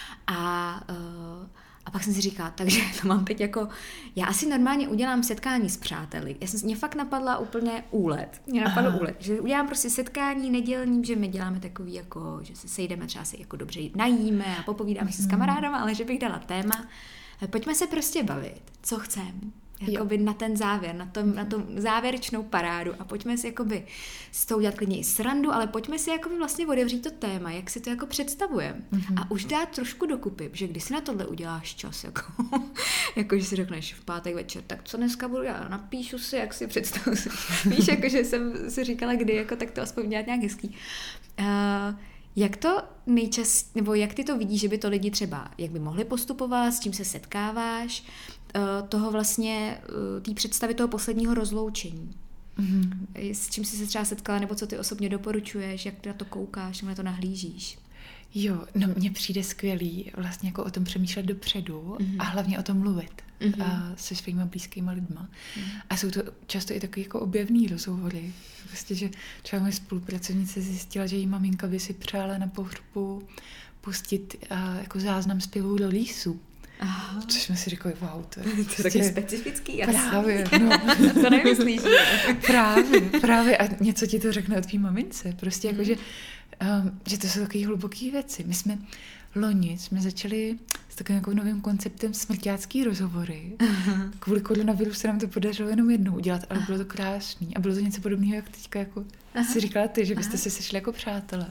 A, uh, a pak jsem si říkala, takže to mám teď jako, já asi normálně udělám setkání s přáteli. Já jsem, mě fakt napadla úplně úlet. Mě napadl úlet, že udělám prostě setkání nedělní, že my děláme takový jako, že se sejdeme třeba si jako dobře najíme a popovídáme mm-hmm. si s kamarádama, ale že bych dala téma, pojďme se prostě bavit, co chceme, jakoby na ten závěr, na tom, na tom závěrečnou parádu a pojďme si jakoby s tou udělat klidně i srandu, ale pojďme si jakoby vlastně otevřít to téma, jak si to jako představujeme mm-hmm. a už dát trošku dokupy, že když si na tohle uděláš čas, jako, jako že si řekneš v pátek večer, tak co dneska budu dělat, napíšu si, jak si představuji, víš, jako že jsem si říkala kdy, jako tak to aspoň dělat nějak hezký. Uh, Jak to nejčas, nebo jak ty to vidíš, že by to lidi třeba, jak by mohli postupovat, s čím se setkáváš, toho vlastně, té představy toho posledního rozloučení? Mm-hmm. S čím jsi se třeba setkala, nebo co ty osobně doporučuješ, jak ty na to koukáš, jak na to nahlížíš? Jo, no mně přijde skvělý vlastně jako o tom přemýšlet dopředu mm-hmm. a hlavně o tom mluvit mm-hmm. a se svýma blízkýma lidma. Mm-hmm. A jsou to často i takový jako objevný rozhovory. Vlastně, že třeba moje spolupracovnice zjistila, že jí maminka by si přála na pohřbu pustit uh, jako záznam zpěvů do lísu. Aha. Což jsme si říkali, wow, to je, to je prostě taky specifický. Právě, no. To nemyslíš. právě, právě a něco ti to řekne o tvý mamince. Prostě jako, mm. že, um, že to jsou takové hluboké věci. My jsme loni jsme začali s takovým jako novým konceptem smrťácký rozhovory. Aha. Kvůli koronaviru se nám to podařilo jenom jednou udělat, ale Aha. bylo to krásný. A bylo to něco podobného, jak teďka jako si říkala ty, že byste Aha. se sešli jako přátelé.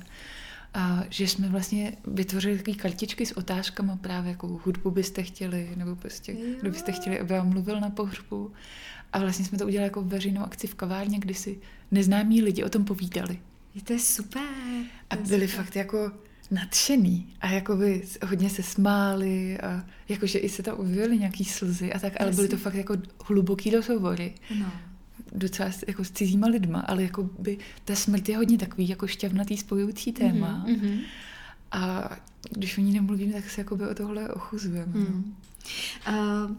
A že jsme vlastně vytvořili takové kartičky s otázkama právě, jakou hudbu byste chtěli, nebo prostě, kdo byste chtěli, aby vám mluvil na pohřbu. A vlastně jsme to udělali jako veřejnou akci v kavárně, kdy si neznámí lidi o tom povídali. To je super. A byli super. Fakt jako nadšený a jakoby hodně se smáli a jakože i se tam objevily nějaký slzy a tak, ale byly to fakt jako hluboký rozhovory. No. Docela jako s cizíma lidma, ale jako by ta smrt je hodně takový jako šťavnatý spojující téma mm-hmm. a když o ní nemluvím, tak se jakoby o tohle ochuzujeme. Mm. Uh,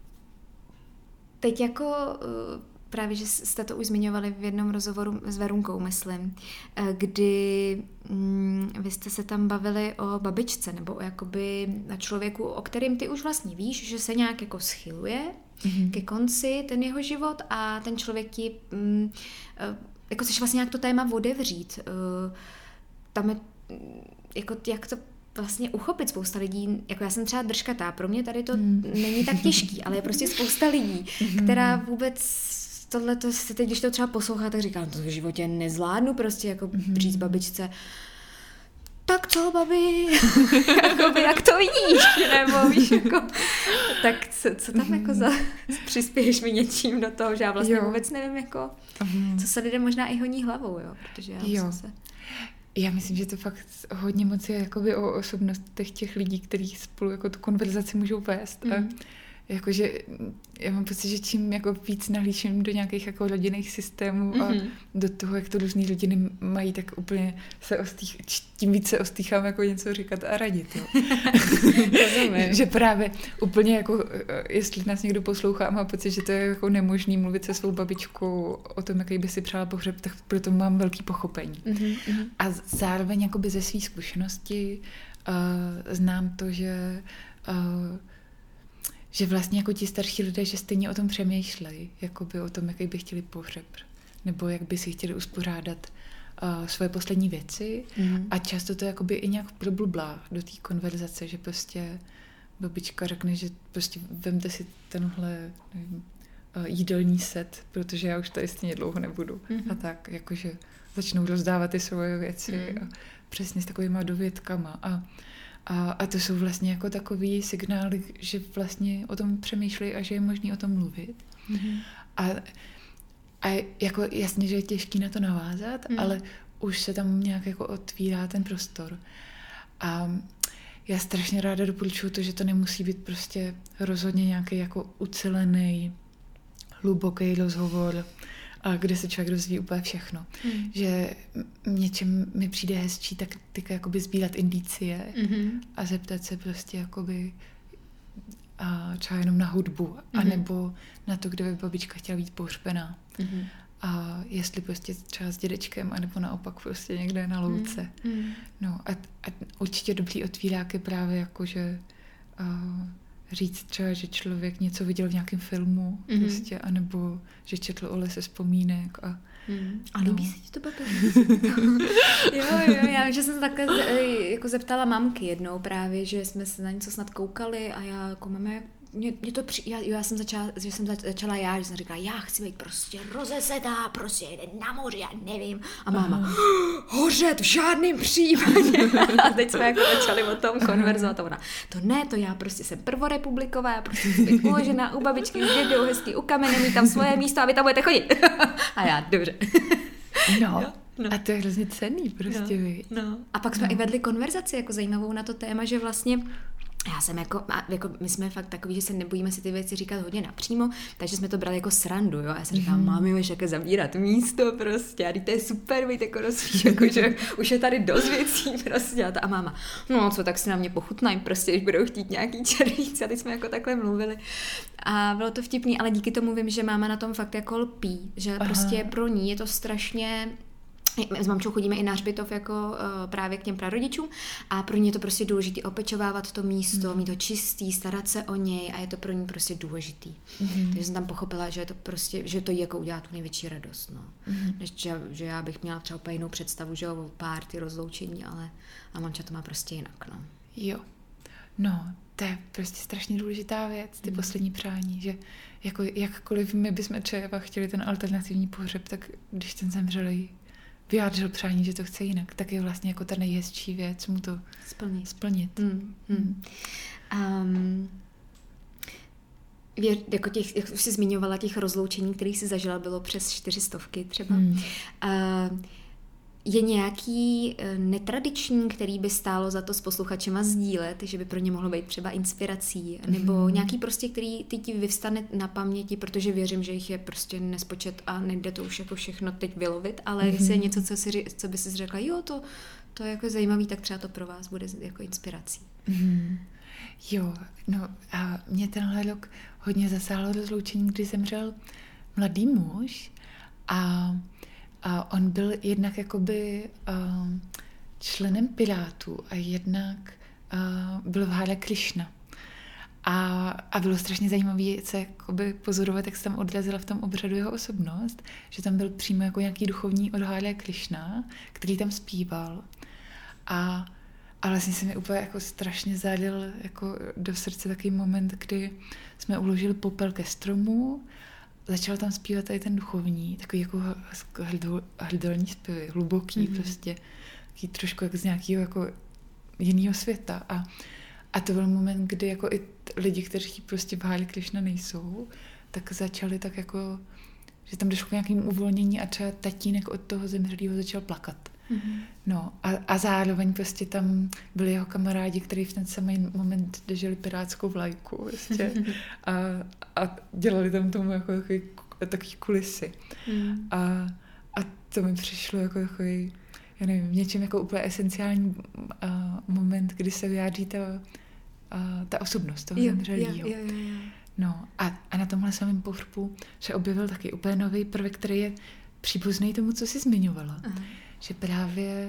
teď jako uh, právě, že jste to už zmiňovali v jednom rozhovoru s Verunkou, myslím, kdy mm, vy jste se tam bavili o babičce nebo o jakoby člověku, o kterým ty už vlastně víš, že se nějak jako schyluje mm-hmm. ke konci ten jeho život a ten člověk ti mm, jako chceš vlastně nějak to téma otevřít. Tam je jako jak to vlastně uchopit spousta lidí, jako já jsem třeba držkatá, pro mě tady to mm. není tak těžký, ale je prostě spousta lidí, mm. která vůbec tohle, to se teď, když to třeba poslouchá, tak říkám, to v životě nezvládnu prostě jako mm-hmm. říct babičce, tak co, babi, jakoby, jak to vidíš, nebo víš, jako, tak co, co tam mm. jako za, přispěješ mi něčím do toho, že já vlastně jo. vůbec nevím, jako, mm. co se lidem možná i honí hlavou, jo, protože já jo. se... Já myslím, že to fakt hodně moc je jakoby o osobnostech těch lidí, kteří spolu jako tu konverzaci můžou vést. Mm. A jakože já mám pocit, že čím jako víc nahlížím do nějakých jako rodinných systémů a mm-hmm. do toho, jak to různý rodiny mají, tak úplně se ostých, tím víc se ostýchám jako něco říkat a radit. Jo. Že právě úplně jako, jestli nás někdo poslouchá a má pocit, že to je jako nemožný mluvit se svou babičkou o tom, jaký by si přála pohřeb, tak proto mám velký pochopení. Mm-hmm. A zároveň jakoby ze svý zkušenosti uh, znám to, že uh, že vlastně jako ti starší lidé, že stejně o tom přemýšlejí, jakoby o tom, jaký by chtěli pohřeb, nebo jak by si chtěli uspořádat uh, svoje poslední věci mm. a často to jakoby i nějak problublá do té konverzace, že prostě babička řekne, že prostě vemte si tenhle nevím, uh, jídelní set, protože já už tady stejně dlouho nebudu. Mm. A tak, jakože začnou rozdávat ty svoje věci mm. a přesně s takovýma dovědkama a A, a to jsou vlastně jako takový signály, že vlastně o tom přemýšlejí a že je možný o tom mluvit. Mm-hmm. A, a jako jasně, že je těžký na to navázat, mm. ale už se tam nějak jako otvírá ten prostor. A já strašně ráda doporučuju to, že to nemusí být prostě rozhodně nějaký jako ucelený, hluboký rozhovor, a kde se člověk dozví úplně všechno. Mm. Že něčem mi přijde hezčí tak tyka jakoby sbírat indicie mm-hmm. a zeptat se prostě jakoby a třeba jenom na hudbu, mm-hmm. anebo na to, kde by babička chtěla být pohřbená. Mm-hmm. A jestli prostě třeba s dědečkem, anebo naopak prostě někde na louce. Mm-hmm. No a, a určitě dobrý otvírák je právě jako, že uh, říct třeba, že člověk něco viděl v nějakém filmu, mm-hmm. prostě, anebo že četl o lese vzpomínek a mm. A líbí no. se ti to babi? jo, jo, já vím, že jsem se takhle jako zeptala mamky jednou právě, že jsme se na něco snad koukali a já jako máme, mě, mě to při... já, já jsem začala, že jsem začala já, že jsem říkala, já chci být prostě rozesetá, prostě jde na moři, já nevím. A máma, hořet v žádném případě. A teď jsme jako začali o tom konverzovat a ona, to ne, to já prostě jsem prvorepubliková, já prostě chci být uložená u babičky s dědou, hezky u kamene, mít tam svoje místo a vy tam budete chodit. A já, dobře. No. Jo. No. A to je hrozně cenný prostě. No, no. A pak jsme no. i vedli konverzaci jako zajímavou na to téma, že vlastně já jsem jako, jako, my jsme fakt takový, že se nebojíme si ty věci říkat hodně napřímo, takže jsme to brali jako srandu, jo. A já jsem říkala, mm. mámi, máš jaké zavírat místo prostě, a to je super, být jako rozvíš, jako, že už je tady dost věcí prostě. A, ta, a máma, no co, tak si na mě pochutnají prostě, když budou chtít nějaký červíci, a teď jsme jako takhle mluvili. A bylo to vtipný, ale díky tomu vím, že máma na tom fakt jako lpí, že Aha. prostě pro ní je to strašně... S mamčou chodíme i na hřbitov jako uh, právě k těm prarodičům a pro ně je to prostě důležité opečovávat to místo, mm. mít to čistý, starat se o něj a je to pro ní prostě důležitý. Mm. Takže jsem tam pochopila, že je to prostě, že to jí jako udělá tu největší radost, no. Mm. Než, že, že já bych měla třeba úplně jinou představu, že o párty, rozloučení, ale a mamča to má prostě jinak, no. Jo. No, to je prostě strašně důležitá věc, ty mm. poslední přání, že jako jakkoliv my bychom třeba chtěli ten alternativní pohřeb, tak když ten zemřelý vyjádřil přání, že to chce jinak, tak je vlastně jako ta nejhezčí věc mu to splnit. splnit. Mm, mm. Um, věř, jako těch, jak už jsi zmiňovala, těch rozloučení, kterých jsi zažila, bylo přes čtyřistovky třeba. Mm. Uh, je nějaký netradiční, který by stálo za to s posluchačema sdílet, že by pro ně mohlo být třeba inspirací, nebo mm. nějaký prostě, který ty ti vyvstane na paměti, protože věřím, že jich je prostě nespočet a nejde to už jako všechno teď vylovit, ale mm. jestli je něco, co, si, co by si řekla, jo, to, to je jako zajímavý, tak třeba to pro vás bude jako inspirací. Mm. Jo, no a mě tenhle rok hodně zasáhlo rozloučení, kdy zemřel mladý muž a A on byl jednak jakoby uh, členem Pirátů a jednak uh, byl v Hare Krishna. A, a bylo strašně zajímavé se jakoby pozorovat, jak se tam odrazila v tom obřadu jeho osobnost, že tam byl přímo jako nějaký duchovní od Hare Krishna, který tam zpíval. A, a vlastně se mi úplně jako strašně zadil jako do srdce takový moment, kdy jsme uložili popel ke stromu, začal tam zpívat tady ten duchovní, takový jako hrdelní zpěvy, hluboký mm-hmm. prostě, taky trošku jak z nějakého jako jiného světa. A, a to byl moment, kdy jako i t- lidi, kteří prostě v Hare Krishna nejsou, tak začali tak jako, že tam došlo k nějakým uvolnění a třeba tatínek od toho zemřelého začal plakat. Mm-hmm. No a, a zároveň prostě tam byli jeho kamarádi, kteří v ten samý moment drželi pirátskou vlajku prostě, a, a dělali tam tomu jako takový, takový kulisy. Mm. A, a to mi přišlo jako takový, já nevím, v něčem jako úplně esenciální a, moment, kdy se vyjádří ta, a, ta osobnost toho zemřelého. No a, a na tomhle samém pohřbu se objevil taky úplně nový prvek, který je příbuzný tomu, co jsi zmiňovala. Aha. Že právě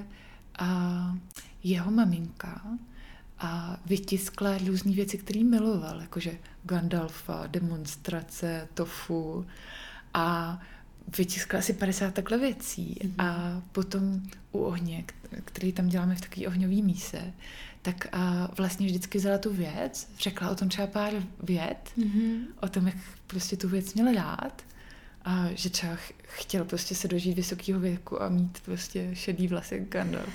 a, jeho maminka a vytiskla různý věci, které miloval, jakože Gandalfa, demonstrace, tofu a vytiskla asi padesát takhle věcí. Mm-hmm. A potom u ohně, který tam děláme v takové ohňové míse, tak a vlastně vždycky vzala tu věc, řekla o tom třeba pár vět, mm-hmm. o tom, jak prostě tu věc měla rád, a že třeba chtěl prostě se dožít vysokého věku a mít prostě šedý vlasy jak Gandalf.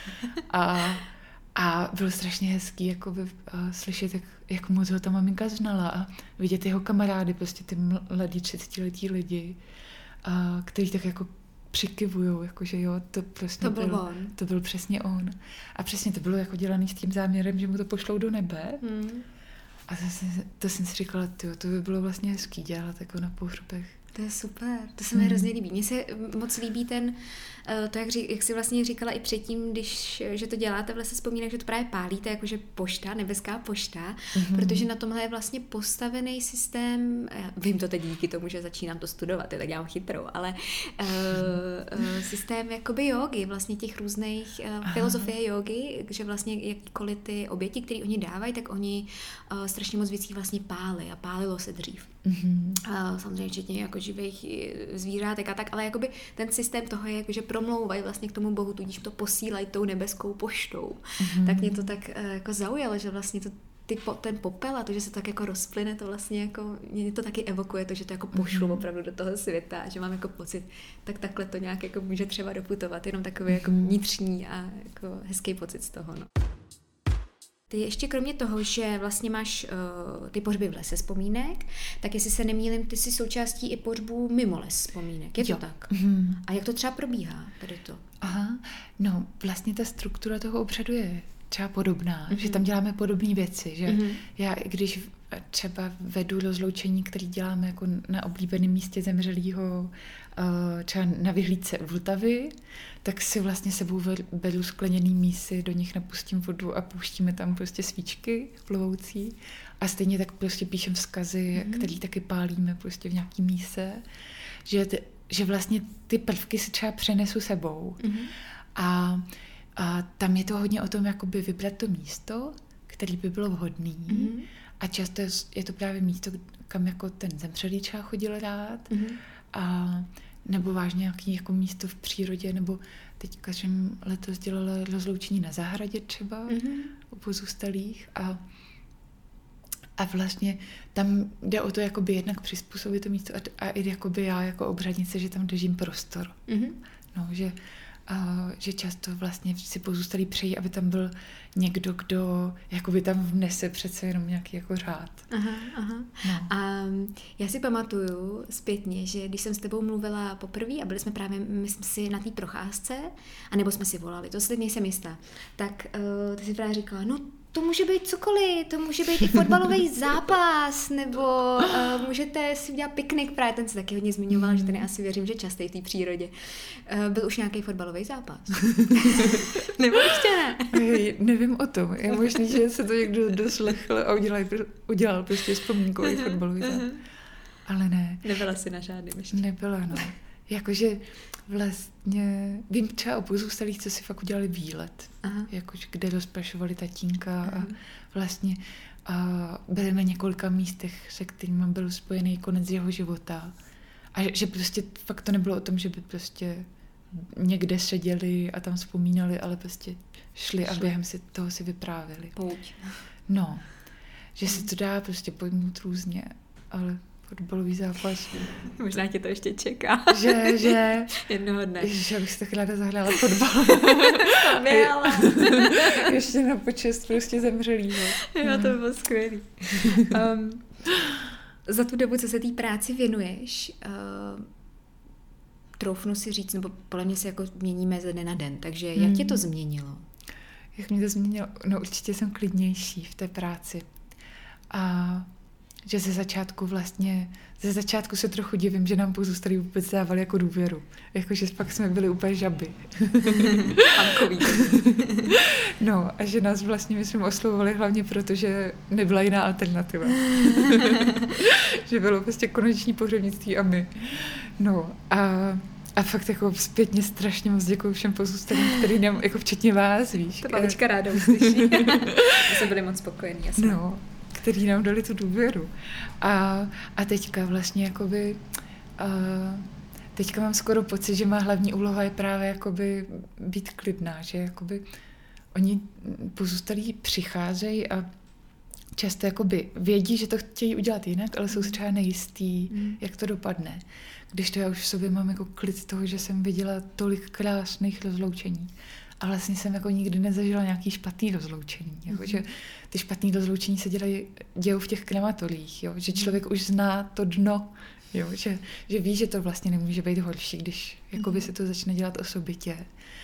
A, a bylo strašně hezký jakoby, a slyšet, jak, jak moc ho ta maminka znala a vidět jeho kamarády, prostě ty mladí třicetiletí lidi, a, který tak jako přikivujou, jakože jo, to prostě to byl, byl on. To byl přesně on. A přesně to bylo jako dělané s tím záměrem, že mu to pošlou do nebe. Mm. A to jsem, to jsem si říkala, tyjo, to by bylo vlastně hezký dělat jako na pohřbech. To je super, to se mi hmm. hrozně líbí. Mně se moc líbí ten, to, jak, ří, jak jsi vlastně říkala i předtím, když, že to děláte v Lese vzpomínek, že to právě pálíte, jakože pošta, nebeská pošta, hmm. protože na tomhle je vlastně postavený systém, vím to teď díky tomu, že začínám to studovat, tak já mám chytrou, ale uh, uh, systém jakoby jogy, vlastně těch různých uh, filozofie jogy, že vlastně jakýkoliv ty oběti, které oni dávají, tak oni uh, strašně moc věcí vlastně pálí a pálilo se dřív. Mm-hmm. Uh, samozřejmě včetně jako živých zvířátek a tak, ale jakoby ten systém toho je, jako, že promlouvají vlastně k tomu bohu, tudíž to posílají tou nebeskou poštou. Mm-hmm. Tak mě to tak uh, jako zaujalo, že vlastně to, ty, ten popel a to, že se to tak jako rozplyne, to vlastně jako, mě to taky evokuje to, že to jako pošlu mm-hmm. opravdu do toho světa, že mám jako pocit, tak takhle to nějak jako může třeba doputovat, jenom takový mm-hmm. jako vnitřní a jako hezký pocit z toho, no. Ty ještě kromě toho, že vlastně máš uh, ty pohřby v Lese vzpomínek, tak jestli se nemýlím, ty jsi součástí i pohřbů mimo Les vzpomínek. Je to jo. tak? Mm. A jak to třeba probíhá tady to? Aha, no vlastně ta struktura toho obřadu je třeba podobná, mm-hmm. že tam děláme podobné věci, že mm-hmm. já, když třeba vedu rozloučení, který děláme jako na oblíbeném místě zemřelýho, třeba na vyhlídce u Vltavy, tak si vlastně sebou beru skleněný mísy, do nich napustím vodu a pouštíme tam prostě svíčky plovoucí a stejně tak prostě píšem vzkazy, mm-hmm. který taky pálíme prostě v nějaký míse, že, ty, že vlastně ty prvky si třeba přenesu sebou. Mm-hmm. A, a tam je to hodně o tom, jakoby vybrat to místo, který by bylo vhodný. Mm-hmm. A často je to právě místo, kam jako ten zemřelý třeba chodil rád. Mm-hmm. A nebo vážně nějaké jako místo v přírodě, nebo teďka jsem letos dělala rozloučení na zahradě třeba mm-hmm. u pozůstalých a, a vlastně tam jde o to jakoby jednak přizpůsobit to místo a, a i jakoby já jako obřadnice, že tam držím prostor. Mm-hmm. No, že a že často vlastně si pozůstalí přejí, aby tam byl někdo, kdo jakoby tam vnese přece jenom nějaký jako řád. Aha, aha. No. A já si pamatuju zpětně, že když jsem s tebou mluvila poprvé a byli jsme právě, myslím si, na té procházce, anebo jsme si volali, to si teď nejsem jistá, tak uh, ty si právě říkala, no to může být cokoliv, to může být i fotbalový zápas, nebo uh, můžete si udělat piknik, právě ten se taky hodně zmiňoval, mm. že ten asi věřím, že častý v té přírodě. Uh, byl už nějaký fotbalový zápas? Nebo ještě ne? Hej, nevím o tom. Je možný, že se to někdo doslechl a udělal, udělal prostě vzpomínkový fotbalový zápas. Ale ne. Nebyla si na žádným ještě. Nebyla, no. Jakože vlastně, vím třeba o pozůstalých, co si fakt udělali výlet, jakože kde rozprašovali tatínka Aha. a vlastně a byli na několika místech, se kterými byl spojený konec jeho života. A že, že prostě fakt to nebylo o tom, že by prostě někde seděli a tam vzpomínali, ale prostě šli a během si toho si vyprávěli. Pouť. No, že se to dá prostě pojmout různě, ale fotbalový zápas. Možná tě to ještě čeká. Že, že... Jednoho dne. Ježiš, já bych si tak ráda zahrála fotbal. Směla. Ještě na počest prostě zemřelýho. Jo, to bylo skvělý. Um, za tu dobu, co se té práci věnuješ, uh, troufnu si říct, nebo podle mě se jako měníme ze dne na den, takže jak hmm. tě to změnilo? Jak mě to změnilo? No určitě jsem klidnější v té práci. A že ze začátku vlastně, ze začátku se trochu divím, že nám pozůstalí vůbec dávali jako důvěru. Jakože pak jsme byli úplně žaby. Pankový. No a že nás vlastně, myslím, oslovovali hlavně proto, že nebyla jiná alternativa. Že bylo prostě koneční pohřebnictví a my. No a, a fakt jako zpětně strašně moc děkuju všem pozůstalým, který nám, jako včetně vás, víš. To babička ráda uslyší. My jsme byli moc spokojení, jasně. No, který nám dali tu důvěru. A, a teďka vlastně jakoby, a, teďka mám skoro pocit, že má hlavní úloha je právě jakoby být klidná, že jakoby oni pozůstalí přicházejí a často jakoby vědí, že to chtějí udělat jinak, ale jsou třeba nejistý, mm. jak to dopadne. Když to já už v sobě mám jako klid toho, že jsem viděla tolik krásných rozloučení. A vlastně jsem jako nikdy nezažila nějaký špatný rozloučení. Jako, mm. že ty špatný rozloučení se dělají, dějou v těch krematoriích, jo? Že člověk už zná to dno, jo? Že, že ví, že to vlastně nemůže být horší, když jakoby mm. se to začne dělat osobitě.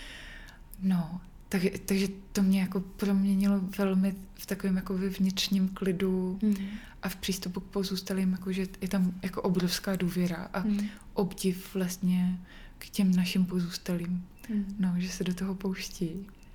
No, tak, takže to mě jako proměnilo velmi v takovém jako vnitřním klidu mm. a v přístupu k pozůstalým, jako, že je tam jako obrovská důvěra a mm. obdiv vlastně k těm našim pozůstalým. Mm. No, že se do toho pouští.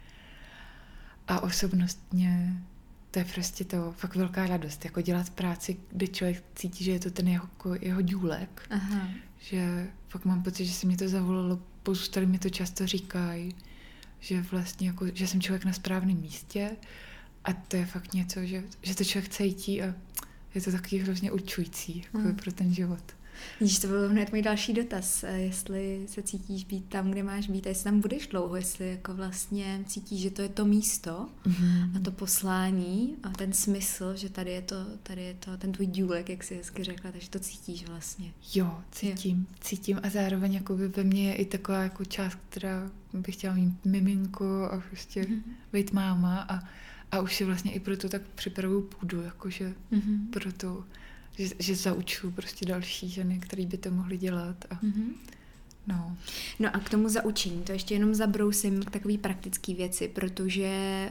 A osobnostně to je prostě to fakt velká radost, jako dělat práci, kde člověk cítí, že je to ten jeho, jeho důlek. Aha. Že fakt mám pocit, že se mě to zavolalo, pozůstalí mi to často říkají, že vlastně jako, že jsem člověk na správném místě a to je fakt něco, že, že to člověk cítí a je to takový hrozně určující jako mm. pro ten život. Vidíš, to byl hned můj další dotaz, jestli se cítíš být tam, kde máš být a jestli tam budeš dlouho, jestli jako vlastně cítíš, že to je to místo mm-hmm. a to poslání a ten smysl, že tady je to, tady je to ten tvůj důlek, jak jsi hezky řekla, takže to cítíš vlastně. Jo, cítím, jo. cítím a zároveň jako ve mně je i taková jako část, která bych chtěla mít miminko a prostě mm-hmm. být máma a, a už si vlastně i proto tak připravuju půdu, jakože mm-hmm. proto Že, že zaučuju prostě další ženy, které by to mohly dělat. A, mm-hmm. no. no a k tomu zaučení, to ještě jenom zabrousím k takové praktické věci, protože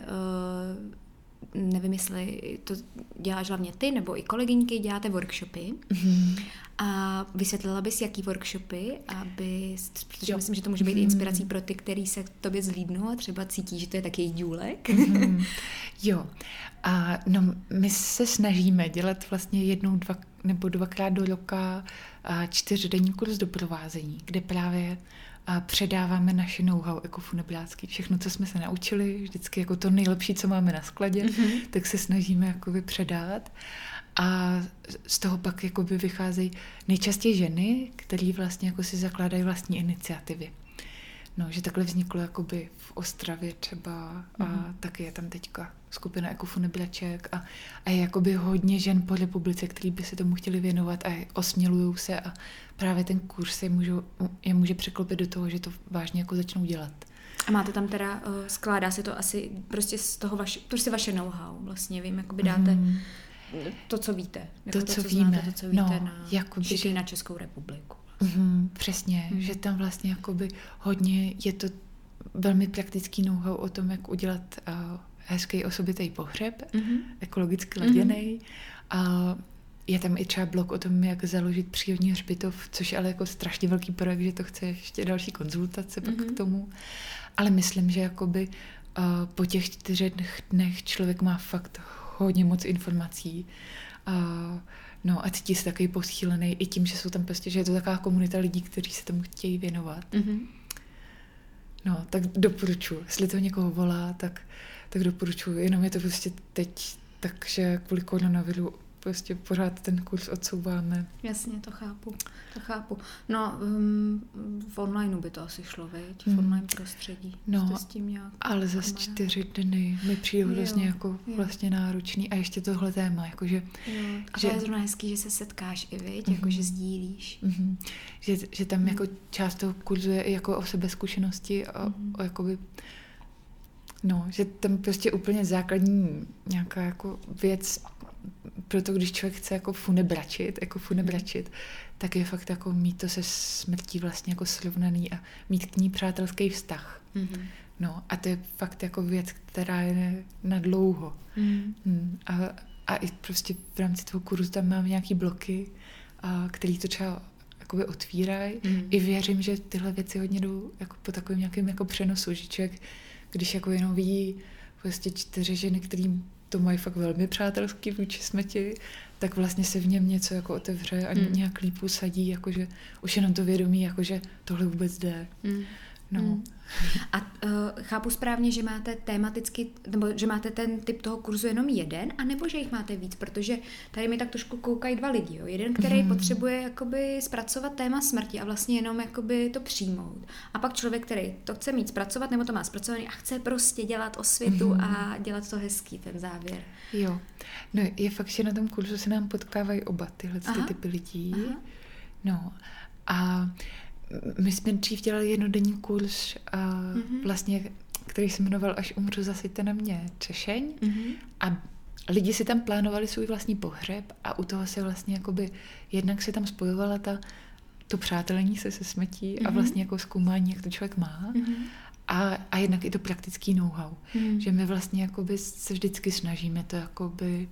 uh, nevím, jestli to děláš hlavně ty, nebo i kolegyňky, děláte workshopy. Mm-hmm. A vysvětlila bys, jaký workshopy, aby, protože jo. myslím, že to může být mm-hmm. inspirací pro ty, který se k tobě zlídnou a třeba cítí, že to je taky důlek. Mm-hmm. Jo. A no, my se snažíme dělat vlastně jednou, dva nebo dvakrát do roka čtyřdenní kurz doprovázení, kde právě a předáváme naše know-how ekofunebrácký. Všechno, co jsme se naučili, vždycky jako to nejlepší, co máme na skladě, mm-hmm. tak se snažíme jakoby předat. A z toho pak jakoby vycházejí nejčastěji ženy, které vlastně jako si zakládají vlastní iniciativy. No, že takhle vzniklo jakoby v Ostravě třeba a mm. taky je tam teďka skupina ekofunebraček a, a je jakoby hodně žen po republice, který by se tomu chtěli věnovat a osmělujou se a právě ten kurz je, můžu, je může překlopit do toho, že to vážně jako začnou dělat. A máte tam teda, uh, skládá se to asi prostě z toho vaše, prostě vaše know-how vlastně, vím, jakoby dáte mm. to, co víte. Jako to, to, co, co víme. Znáte, to, co víte no, na, jakoby, že... na Českou republiku. Mm, přesně, mm. že tam vlastně jakoby hodně je to velmi praktický know-how o tom, jak udělat uh, hezký osobitý pohřeb, mm-hmm. ekologicky laděnej. Mm-hmm. A je tam i třeba blog o tom, jak založit přírodní hřbitov, což je ale jako strašně velký projekt, že to chce ještě další konzultace pak mm-hmm. k tomu. Ale myslím, že jakoby uh, po těch čtyřech dnech člověk má fakt hodně moc informací. Uh, No a cítí se takový posílený i tím, že jsou tam prostě, že je to taková komunita lidí, kteří se tomu chtějí věnovat. Mm-hmm. No, tak doporučuji. Jestli to někoho volá, tak, tak doporučuji. Jenom je to prostě teď tak, že kvůli koronaviru prostě pořád ten kurz odsouváme. Jasně, to chápu, to chápu. No, um, v onlineu by to asi šlo, veď? V online prostředí. No, s tím nějak ale za čtyři dny mi přijde hrozně jako jo. vlastně náročný a ještě tohle téma, jakože... Jo. A že, to je zrovna hezký, že se setkáš i, viď? Mm-hmm. Jakože sdílíš. Mm-hmm. Že, že tam mm-hmm. jako část toho kurzu je i jako o sebezkušenosti a mm-hmm. o jakoby... No, že tam prostě úplně základní nějaká jako věc, proto když člověk chce jako funebračit, jako funebračit, tak je fakt jako mít to se smrtí vlastně jako srovnaný a mít k ní přátelský vztah. Mm-hmm. No a to je fakt jako věc, která je na dlouho. Mm. Mm. A, a i prostě v rámci toho kurzu tam mám nějaký bloky, a, který to třeba jakoby otvírají. Mm. I věřím, že tyhle věci hodně jdou jako po takovém nějakém jako přenosu, že člověk, když jako jenom vidí prostě čtyři ženy, kterým to mají fakt velmi přátelský vůči smrti, tak vlastně se v něm něco jako otevře a mm. nějak líp usadí, jakože už jenom to vědomí, jakože tohle vůbec jde. Mm. No. Mm. A uh, chápu správně, že máte tematicky, nebo že máte ten typ toho kurzu jenom jeden, anebo že jich máte víc, protože tady mi tak trošku koukají dva lidi. Jo? Jeden, který mm. potřebuje jakoby zpracovat téma smrti a vlastně jenom jakoby to přijmout. A pak člověk, který to chce mít zpracovat, nebo to má zpracovaný a chce prostě dělat osvětu mm. a dělat to hezký, ten závěr. Jo. No je fakt, že na tom kurzu se nám potkávají oba tyhle ty typy lidí. Aha. No a my jsme dřív dělali jednodenní kurz, a mm-hmm. vlastně, který se jmenoval Až umřu, zasyťte na mě Třešeň. Mm-hmm. A lidi si tam plánovali svůj vlastní pohřeb a u toho se vlastně jakoby, jednak se tam spojovala ta, to přátelení se se smrtí mm-hmm. a vlastně jako zkoumání, jak to člověk má. Mm-hmm. A, a jednak i to praktický know-how. Mm-hmm. Že my vlastně jakoby se vždycky snažíme to jakoby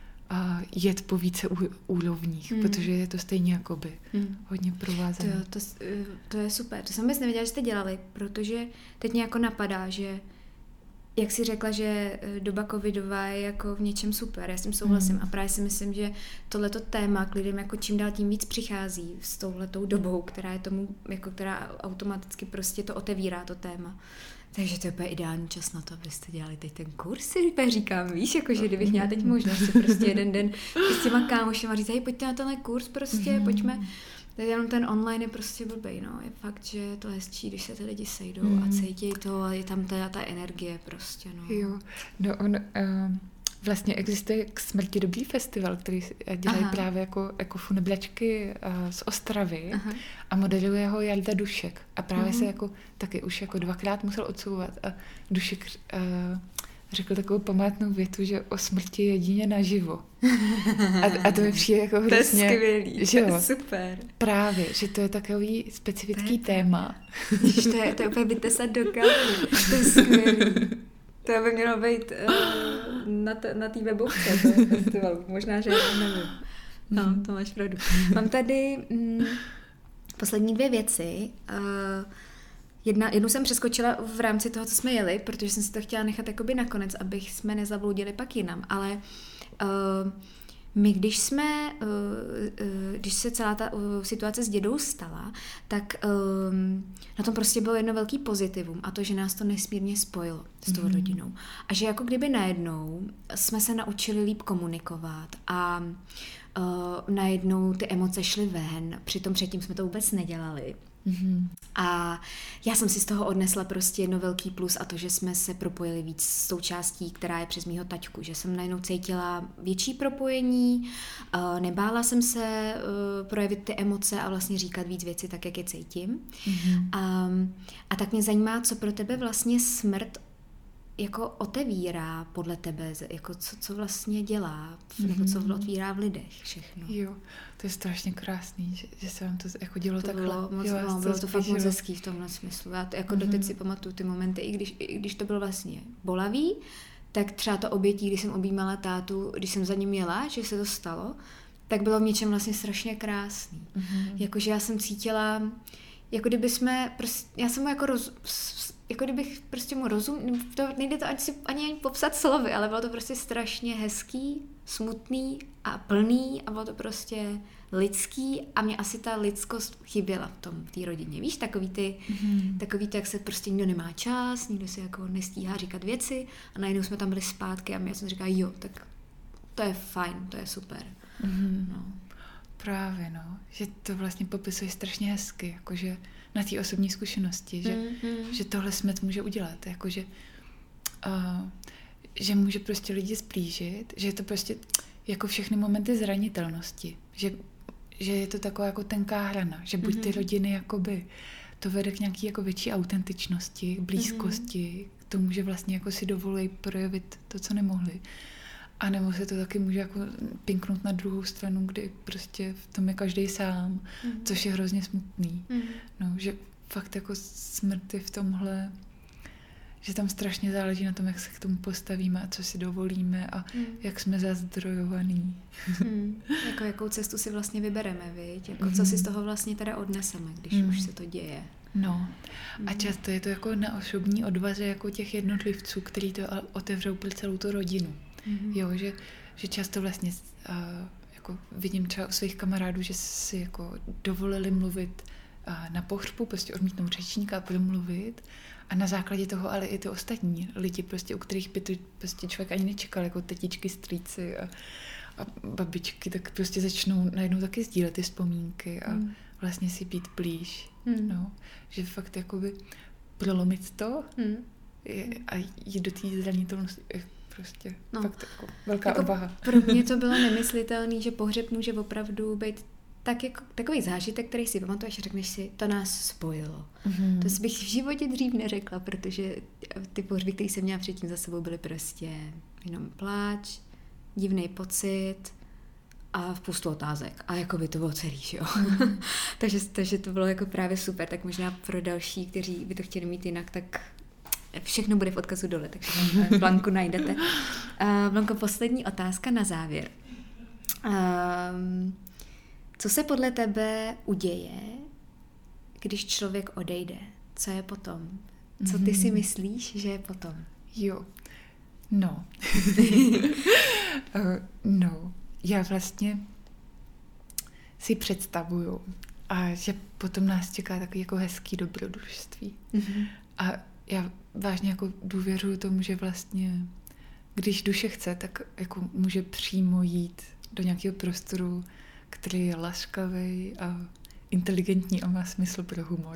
a jet po více úrovních, mm. protože je to stejně jakoby mm. hodně provázané. To, to, to je super. To jsem vůbec nevěděla, že jste dělali, protože teď mě jako napadá, že jak jsi řekla, že doba covidová je jako v něčem super, já s tím souhlasím mm. a právě si myslím, že tohleto téma k lidem jako čím dál tím víc přichází s touhletou dobou, která je tomu, jako která automaticky prostě to otevírá to téma. Takže to je úplně ideální čas na to, abyste dělali teď ten kurz, si říkám, víš, jakože kdybych měla teď možnost si prostě jeden den s těma kámošema říct, hej, pojďte na tenhle kurz prostě, mm. pojďme. Teď jenom ten online je prostě blbej, no. Je fakt, že je to hezčí, když se ty lidi sejdou mm. a cítí to a je tam ta, ta energie prostě, no. Jo, no on... Uh... Vlastně existuje k smrti dobrý festival, který dělají Aha. právě jako, jako funebračky uh, z Ostravy. Aha. A modeluje ho Jarda Dušek. A právě uh-huh. se jako taky už jako dvakrát musel odsouvat. A Dušek uh, řekl takovou památnou větu, že o smrti jedině naživo. A, a to mi přijde jako hrozně... To je skvělý, že to je super. Právě, že to je takový specifický to je téma. Ježiš, to je, to je úplně vytesat do kamery. To je skvělý. To by mělo být uh, na, t- na té webovce toho festivalu. Možná, že já nevím. No, to máš pravdu. Mám tady mm, poslední dvě věci. Uh, jedna, jednu jsem přeskočila v rámci toho, co jsme jeli, protože jsem si to chtěla nechat jakoby nakonec, abych jsme nezabloudili pak jinam. Ale uh, my, když jsme, když se celá ta situace s dědou stala, tak na tom prostě bylo jedno velký pozitivum a to, že nás to nesmírně spojilo s tou mm. rodinou. A že jako kdyby najednou jsme se naučili líp komunikovat a najednou ty emoce šly ven, přitom předtím jsme to vůbec nedělali. Mm-hmm. A já jsem si z toho odnesla prostě jedno velký plus a to, že jsme se propojili víc s tou částí, která je přes mýho taťku, že jsem najednou cítila větší propojení, nebála jsem se projevit ty emoce a vlastně říkat víc věci tak, jak je cítím. Mm-hmm. A, a tak mě zajímá, co pro tebe vlastně smrt jako otevírá podle tebe, jako co, co vlastně dělá, mm-hmm. nebo co otvírá v lidech všechno. Jo, to je strašně krásný, že, že se vám to jako dělo to takhle. Bylo, moc, jo, no, bylo to fakt moc hezký v tomhle smyslu. Já to, jako mm-hmm. doteď si pamatuju ty momenty, i když, i když to bylo vlastně bolavý, tak třeba to obětí, když jsem objímala tátu, když jsem za ním jela, že se to stalo, tak bylo v něčem vlastně strašně krásný. Mm-hmm. Jakože já jsem cítila, jako kdyby jsme, prostě, já jsem mu jako roz, jako kdybych prostě mu rozuměla, to nejde to ani, si, ani, ani popsat slovy, ale bylo to prostě strašně hezký, smutný a plný a bylo to prostě lidský a mě asi ta lidskost chyběla v tom, v té rodině. Víš, takový ty, mm-hmm. takový ty, jak se prostě nikdo nemá čas, nikdo se jako nestíhá říkat věci a najednou jsme tam byli zpátky a já jsem říkala, jo, tak to je fajn, to je super. Mm-hmm. No. Právě, no. Že to vlastně popisuje strašně hezky, jakože na té osobní zkušenosti, že, mm-hmm. že tohle smet může udělat, jakože uh, že může prostě lidi zblížit, že je to prostě jako všechny momenty zranitelnosti, že, že je to taková jako tenká hrana, že buď ty rodiny jakoby to vede k nějaký jako větší autentičnosti, blízkosti, mm-hmm. k tomu, že vlastně jako si dovolují projevit to, co nemohli. A nebo se to taky může jako pinknout na druhou stranu, kdy prostě v tom je každý sám, mm-hmm. což je hrozně smutný. Mm-hmm. No, že fakt jako smrt je v tomhle, že tam strašně záleží na tom, jak se k tomu postavíme a co si dovolíme a mm. jak jsme zazdrojovaný. Mm. Jako jakou cestu si vlastně vybereme, viď? Jako mm. co si z toho vlastně teda odneseme, když mm. už se to děje. No. Mm. A často je to jako na osobní odvaze jako těch jednotlivců, kteří to otevřou pro celou tu rodinu. Mm. Jo, že, že často vlastně uh, jako vidím třeba u svých kamarádů, že si jako dovolili mluvit uh, na pohřbu, prostě odmítnout řečníka a promluvit. A na základě toho ale i ty ostatní lidi, prostě, u kterých by to prostě člověk ani nečekal, jako tetičky, strýci a, a babičky, tak prostě začnou najednou taky sdílet ty vzpomínky a mm. vlastně si být blíž. Mm. No, že fakt jakoby prolomit to mm. je, a jít do té zranitelnosti je prostě no. fakt jako velká jako odvaha. Pro mě to bylo nemyslitelné, že pohřeb může opravdu být tak jako, takový zážitek, který si pamatuješ a řekneš si, to nás spojilo. Mm-hmm. To bych v životě dřív neřekla, protože ty pohřby, které jsem měla předtím za sebou, byly prostě jenom pláč, divný pocit a spoustu otázek. A jako by to bylo celý, jo. Mm-hmm. takže, takže to bylo jako právě super, tak možná pro další, kteří by to chtěli mít jinak, tak všechno bude v odkazu dole, takže tam Blanku najdete. Uh, Blanko, poslední otázka na závěr. Um, Co se podle tebe uděje, když člověk odejde? Co je potom? Co ty si myslíš, že je potom? Jo, no. uh, no, já vlastně si představuju, a že potom nás čeká takový jako hezký dobrodružství. Mm-hmm. A já vážně jako důvěřuju tomu, že vlastně, když duše chce, tak jako může přímo jít do nějakého prostoru, který je laskavý a inteligentní a má smysl pro humor.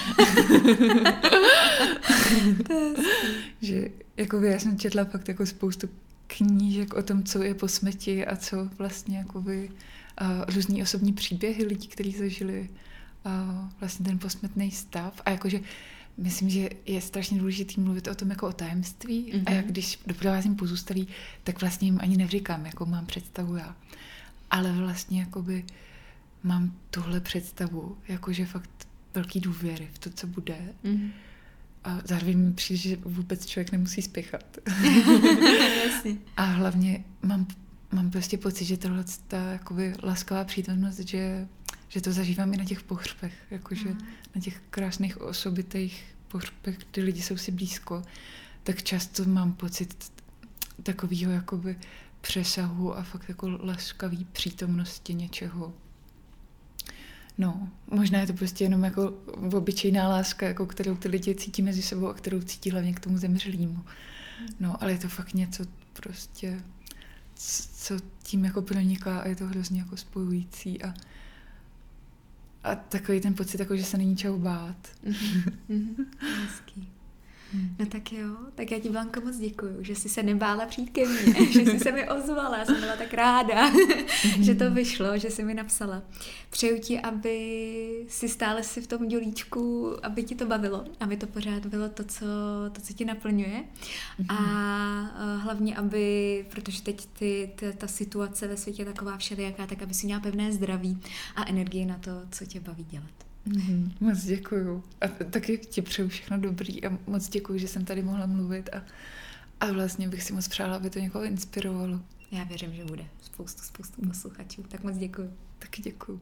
Že jako já jsem četla fakt jako spoustu knížek o tom, co je po smrti a co vlastně jakoby uh, různý osobní příběhy lidí, kteří zažili uh, vlastně ten posmrtný stav. A jakože myslím, že je strašně důležitý mluvit o tom jako o tajemství. Mm-hmm. A jak když doprovázím pozůstalí, tak vlastně jim ani neříkám, jako mám představu já. Ale vlastně jakoby mám tuhle představu, jakože fakt velký důvěry v to, co bude. Mm. A zároveň mi přijde, že vůbec člověk nemusí spěchat. A hlavně mám, mám prostě pocit, že tohle ta jakoby laskavá přítomnost, že, že to zažívám i na těch pohřbech. Jakože mm. na těch krásných osobitých pohřbech, kdy lidi jsou si blízko, tak často mám pocit takovýho jakoby přesahu a fakt jako laskavý přítomnosti něčeho. No, možná je to prostě jenom jako obyčejná láska, jako kterou ty lidi cítí mezi sebou a kterou cítí hlavně k tomu zemřelýmu. No, ale je to fakt něco prostě, co tím jako proniká a je to hrozně jako spojující a, a takový ten pocit, jako že se není čeho bát. Mm-hmm. Hezký. No tak jo, tak já ti, Blanko, moc děkuju, že jsi se nebála přijít ke mně, že jsi se mi ozvala, já jsem byla tak ráda, že to vyšlo, že jsi mi napsala. Přeju ti, aby si stále si v tom dělíčku, aby ti to bavilo, aby to pořád bylo to, co, to, co ti naplňuje. A hlavně, aby, protože teď ty, ty, ta situace ve světě je taková všelijaká, tak aby si měla pevné zdraví a energii na to, co tě baví dělat. Mm, moc děkuju. A taky ti přeju všechno dobrý a moc děkuju, že jsem tady mohla mluvit a, a vlastně bych si moc přála, aby to někoho inspirovalo. Já věřím, že bude spoustu, spoustu posluchačů. Tak moc děkuju. Taky děkuju.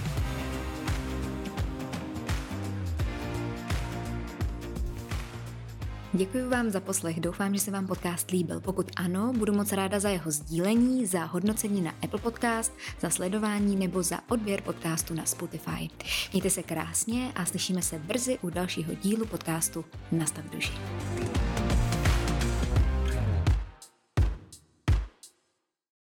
Děkuji vám za poslech, doufám, že se vám podcast líbil. Pokud ano, budu moc ráda za jeho sdílení, za hodnocení na Apple Podcast, za sledování nebo za odběr podcastu na Spotify. Mějte se krásně a slyšíme se brzy u dalšího dílu podcastu Nastav duši.